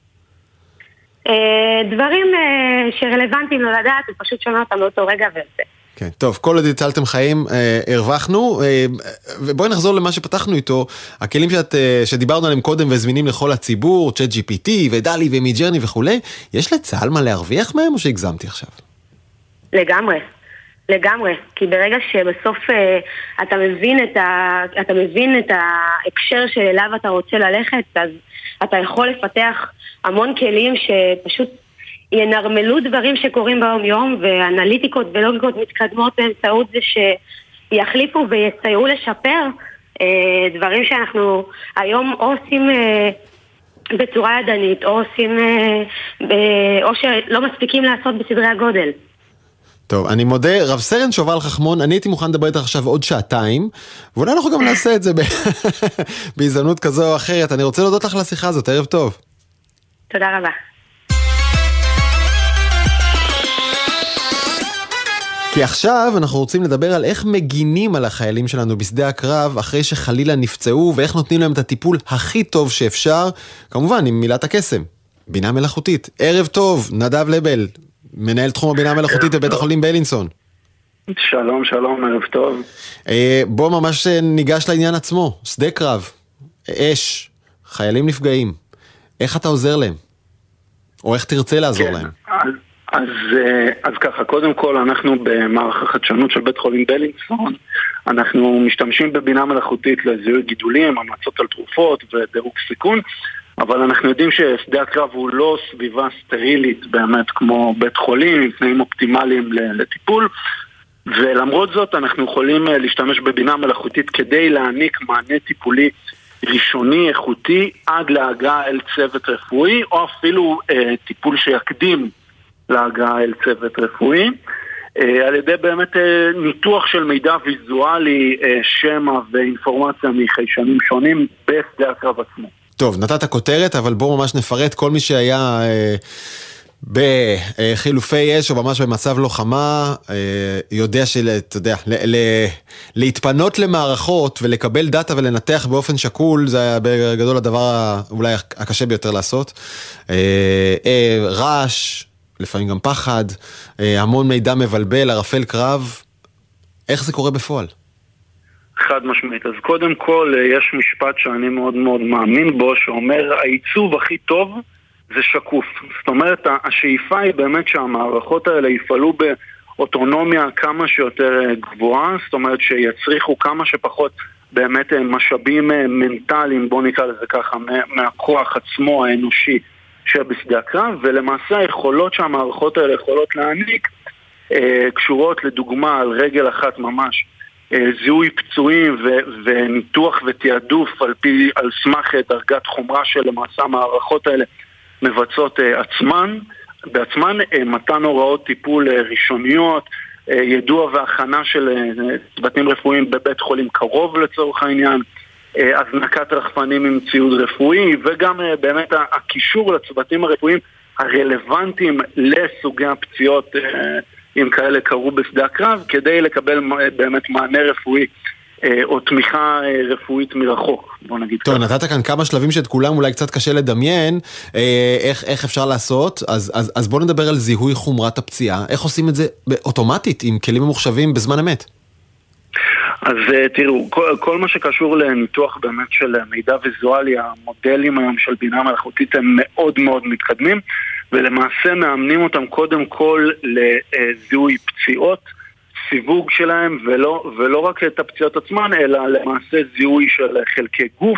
דברים שרלוונטיים לו לדעת, הוא פשוט שומע אותם באותו רגע ויוצא. כן, טוב, כל עוד הצלתם חיים, אה, הרווחנו, אה, ובואי נחזור למה שפתחנו איתו, הכלים שאת, אה, שדיברנו עליהם קודם וזמינים לכל הציבור, צ'אט ג'י פי טי ודלי ומידג'רני וכולי, יש לצה"ל מה להרוויח מהם או שהגזמתי עכשיו? לגמרי, לגמרי, כי ברגע שבסוף אה, אתה מבין את ה, אתה מבין את ההקשר שאליו אתה רוצה ללכת, אז אתה יכול לפתח המון כלים שפשוט ינרמלו דברים שקורים ביום יום, ואנליטיקות ולוגיקות מתקדמות באמצעות זה שיחליפו ויסייעו לשפר דברים שאנחנו היום או עושים בצורה ידנית, או עושים, או שלא מספיקים לעשות בסדרי הגודל. טוב, אני מודה, רב סרן שובל חכמון, אני הייתי מוכן לדבר איתך עכשיו עוד שעתיים, ואולי אנחנו גם נעשה את זה בהזדמנות כזו או אחרת. אני רוצה להודות לך לשיחה הזאת, ערב טוב. תודה רבה. כי עכשיו אנחנו רוצים לדבר על איך מגינים על החיילים שלנו בשדה הקרב אחרי שחלילה נפצעו, ואיך נותנים להם את הטיפול הכי טוב שאפשר, כמובן עם מילת הקסם, בינה מלאכותית. ערב טוב, נדב לבל, מנהל תחום הבינה המלאכותית בבית החולים בילינסון. שלום, שלום, ערב טוב. בוא ממש ניגש לעניין עצמו, שדה קרב, אש, חיילים נפגעים, איך אתה עוזר להם? או איך תרצה לעזור כן, להם? אז... אז, אז ככה, קודם כל אנחנו במערך החדשנות של בית חולים בילינסון, אנחנו משתמשים בבינה מלאכותית לזיהוי גידולים, המלצות על תרופות ודירוג סיכון, אבל אנחנו יודעים ששדה הקרב הוא לא סביבה סטרילית באמת כמו בית חולים, עם תנאים אופטימליים לטיפול, ולמרות זאת אנחנו יכולים להשתמש בבינה מלאכותית כדי להעניק מענה טיפולי ראשוני, איכותי, עד להגעה אל צוות רפואי, או אפילו אה, טיפול שיקדים להגעה אל צוות רפואי, על ידי באמת ניתוח של מידע ויזואלי, שמע ואינפורמציה מחיישנים שונים בשדה הקרב עצמו. טוב, נתת כותרת, אבל בואו ממש נפרט. כל מי שהיה אה, בחילופי אש או ממש במצב לוחמה, אה, יודע שאתה יודע, ל- ל- להתפנות למערכות ולקבל דאטה ולנתח באופן שקול, זה היה בגדול הדבר אולי הקשה ביותר לעשות. אה, אה, רעש, לפעמים גם פחד, המון מידע מבלבל, ערפל קרב. איך זה קורה בפועל? חד משמעית. אז קודם כל יש משפט שאני מאוד מאוד מאמין בו, שאומר העיצוב הכי טוב זה שקוף. זאת אומרת, השאיפה היא באמת שהמערכות האלה יפעלו באוטונומיה כמה שיותר גבוהה, זאת אומרת שיצריכו כמה שפחות באמת משאבים מנטליים, בוא נקרא לזה ככה, מהכוח עצמו האנושי שבשדה הקרב, ולמעשה היכולות שהמערכות האלה יכולות להעניק אה, קשורות לדוגמה על רגל אחת ממש, אה, זיהוי פצועים ו- וניתוח ותיעדוף על פי, על סמך דרגת חומרה שלמעשה המערכות האלה מבצעות אה, עצמן, בעצמן אה, מתן הוראות טיפול אה, ראשוניות ידוע והכנה של צוותים רפואיים בבית חולים קרוב לצורך העניין, הזנקת רחפנים עם ציוד רפואי, וגם באמת הקישור לצוותים הרפואיים הרלוונטיים לסוגי הפציעות אם כאלה קרו בשדה הקרב, כדי לקבל באמת מענה רפואי או תמיכה רפואית מרחוק, בוא נגיד טוב, ככה. נתת כאן כמה שלבים שאת כולם אולי קצת קשה לדמיין, איך, איך אפשר לעשות, אז, אז, אז בוא נדבר על זיהוי חומרת הפציעה, איך עושים את זה אוטומטית עם כלים ממוחשבים בזמן אמת? אז תראו, כל, כל מה שקשור לניתוח באמת של מידע ויזואלי, המודלים היום של בינה מלאכותית הם מאוד מאוד מתקדמים, ולמעשה מאמנים אותם קודם כל לזיהוי פציעות, סיווג שלהם, ולא, ולא רק את הפציעות עצמן, אלא למעשה זיהוי של חלקי גוף,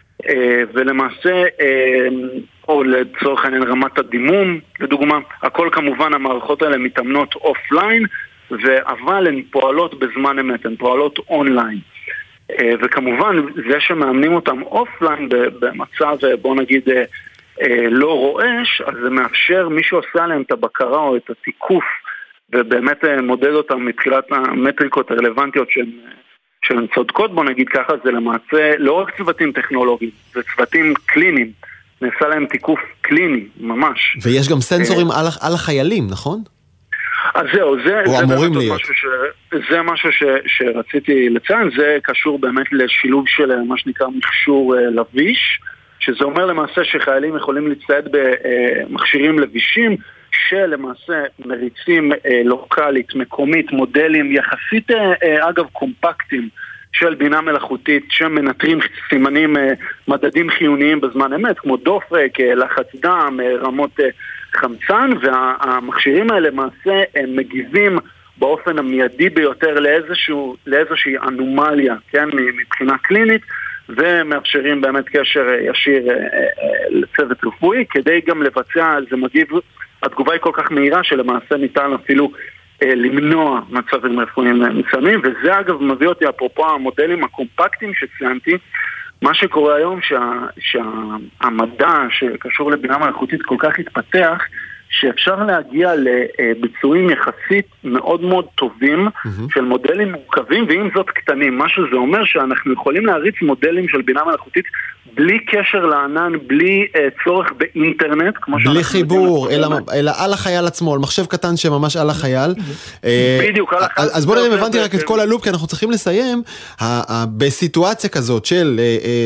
ולמעשה, או לצורך העניין רמת הדימום, לדוגמה, הכל כמובן המערכות האלה מתאמנות אופליין, אבל הן פועלות בזמן אמת, הן פועלות אונליין. וכמובן, זה שמאמנים אותם אופליין במצב, בוא נגיד, לא רועש, אז זה מאפשר מי שעושה עליהם את הבקרה או את התיקוף, ובאמת מודד אותם מבחינת המטריקות הרלוונטיות שהן צודקות, בוא נגיד ככה, זה למעשה לא רק צוותים טכנולוגיים, זה צוותים קליניים, נעשה להם תיקוף קליני, ממש. ויש גם סנסורים על, על החיילים, נכון? אז זהו, זה, או זה אמורים באמת להיות. משהו, ש, זה משהו ש, שרציתי לציין, זה קשור באמת לשילוב של מה שנקרא מכשור לביש, שזה אומר למעשה שחיילים יכולים להצטייד במכשירים לבישים, שלמעשה מריצים לוקלית, מקומית, מודלים יחסית, אגב, קומפקטים של בינה מלאכותית, שמנטרים סימנים, מדדים חיוניים בזמן אמת, כמו דופק, לחץ דם, רמות חמצן, והמכשירים האלה למעשה הם מגיבים באופן המיידי ביותר לאיזשהו, לאיזושהי אנומליה, כן, מבחינה קלינית, ומאפשרים באמת קשר ישיר לצוות רפואי, כדי גם לבצע, זה מגיב, התגובה היא כל כך מהירה שלמעשה ניתן אפילו למנוע מצבים רפואיים מסוימים, וזה אגב מביא אותי אפרופו המודלים הקומפקטיים שציינתי, מה שקורה היום שה, שהמדע שקשור לבינה מלאכותית כל כך התפתח, שאפשר להגיע לביצועים יחסית מאוד מאוד טובים mm-hmm. של מודלים מורכבים, ועם זאת קטנים. מה שזה אומר שאנחנו יכולים להריץ מודלים של בינה מלאכותית בלי קשר לענן, בלי uh, צורך באינטרנט. כמו בלי חיבור, אלא, אלא על החייל עצמו, על מחשב קטן שממש על החייל. בדיוק, על החייל. אז בוא נראה אם הבנתי רק את כל הלופ, כי אנחנו צריכים לסיים. בסיטואציה כזאת של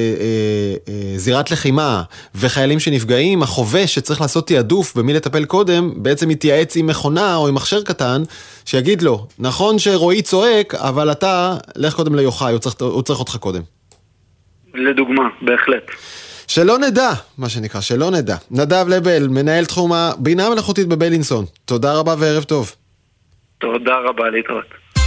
זירת לחימה וחיילים שנפגעים, החובש שצריך לעשות תיעדוף במי לטפל קודם, בעצם מתייעץ עם מכונה או עם מכשיר קטן, שיגיד לו, נכון שרועי צועק, אבל אתה, לך קודם ליוחאי, הוא צריך, הוא צריך אותך קודם. לדוגמה, בהחלט. שלא נדע, מה שנקרא, שלא נדע. נדב לבל, מנהל תחום הבינה מלאכותית בביילינסון. תודה רבה וערב טוב. תודה רבה, להתראות.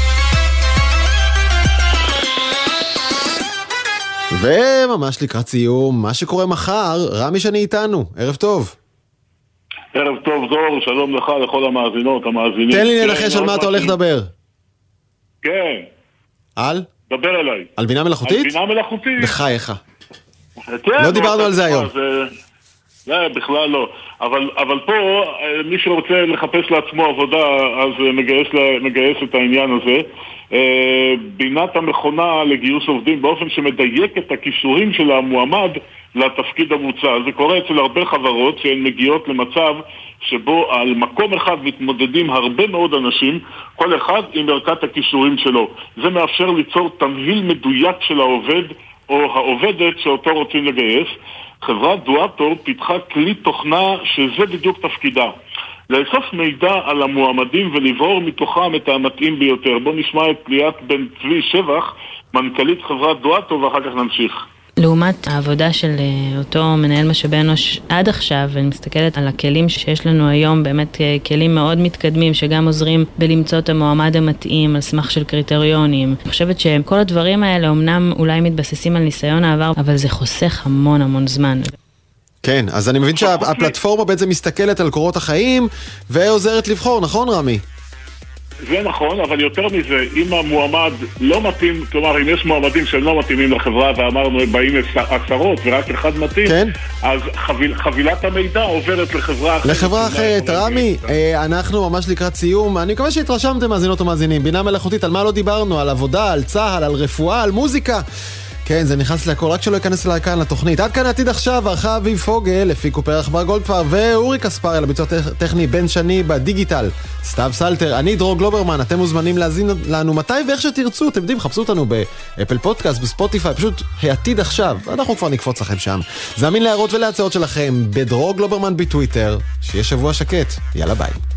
וממש לקראת סיום, מה שקורה מחר, רמי שני איתנו. ערב טוב. ערב טוב זור, שלום לך לכל המאזינות, המאזינים. תן לי לנחש על מה אתה הולך לדבר. כן. על? דבר אליי. על בינה מלאכותית? על בינה מלאכותית. בחייך. לא דיברנו על זה היום. לא, בכלל לא. אבל, אבל פה, מי שרוצה לחפש לעצמו עבודה, אז מגייס, מגייס את העניין הזה. בינת המכונה לגיוס עובדים באופן שמדייק את הכישורים של המועמד לתפקיד המוצע. זה קורה אצל הרבה חברות שהן מגיעות למצב שבו על מקום אחד מתמודדים הרבה מאוד אנשים, כל אחד עם ערכת הכישורים שלו. זה מאפשר ליצור תמהיל מדויק של העובד או העובדת שאותו רוצים לגייס. חברת דואטור פיתחה כלי תוכנה שזה בדיוק תפקידה. לאסוף מידע על המועמדים ולברור מתוכם את המתאים ביותר. בואו נשמע את ליאת בן צבי שבח, מנכ"לית חברת דואטור, ואחר כך נמשיך. לעומת העבודה של אותו מנהל משאבי אנוש עד עכשיו, ואני מסתכלת על הכלים שיש לנו היום, באמת כלים מאוד מתקדמים שגם עוזרים בלמצוא את המועמד המתאים על סמך של קריטריונים. אני חושבת שכל הדברים האלה אומנם אולי מתבססים על ניסיון העבר, אבל זה חוסך המון המון זמן. כן, אז אני מבין שהפלטפורמה בעצם מסתכלת על קורות החיים ועוזרת לבחור, נכון רמי? זה נכון, אבל יותר מזה, אם המועמד לא מתאים, כלומר, אם יש מועמדים שהם לא מתאימים לחברה, ואמרנו, באים עשרות ורק אחד מתאים, כן? אז חביל, חבילת המידע עוברת לחברה אחרת. לחברה אחרת. רמי, אנחנו ממש לקראת סיום. אני מקווה שהתרשמתם מאזינות ומאזינים. בינה מלאכותית, על מה לא דיברנו? על עבודה, על צהל, על רפואה, על מוזיקה. כן, זה נכנס להכל, רק שלא ייכנס אליי כאן לתוכנית. עד כאן עתיד עכשיו, ערכה אביב פוגל, הפיקו פרח בר גולדפר, ואורי קספר, על הביצוע טכני בן שני בדיגיטל. סתיו סלטר, אני דרור גלוברמן, אתם מוזמנים להזין לנו מתי ואיך שתרצו, אתם יודעים, חפשו אותנו באפל פודקאסט, בספוטיפיי, פשוט העתיד עכשיו, אנחנו כבר נקפוץ לכם שם. זמין להערות ולהצעות שלכם בדרור גלוברמן בטוויטר, שיהיה שבוע שקט, יאללה ביי.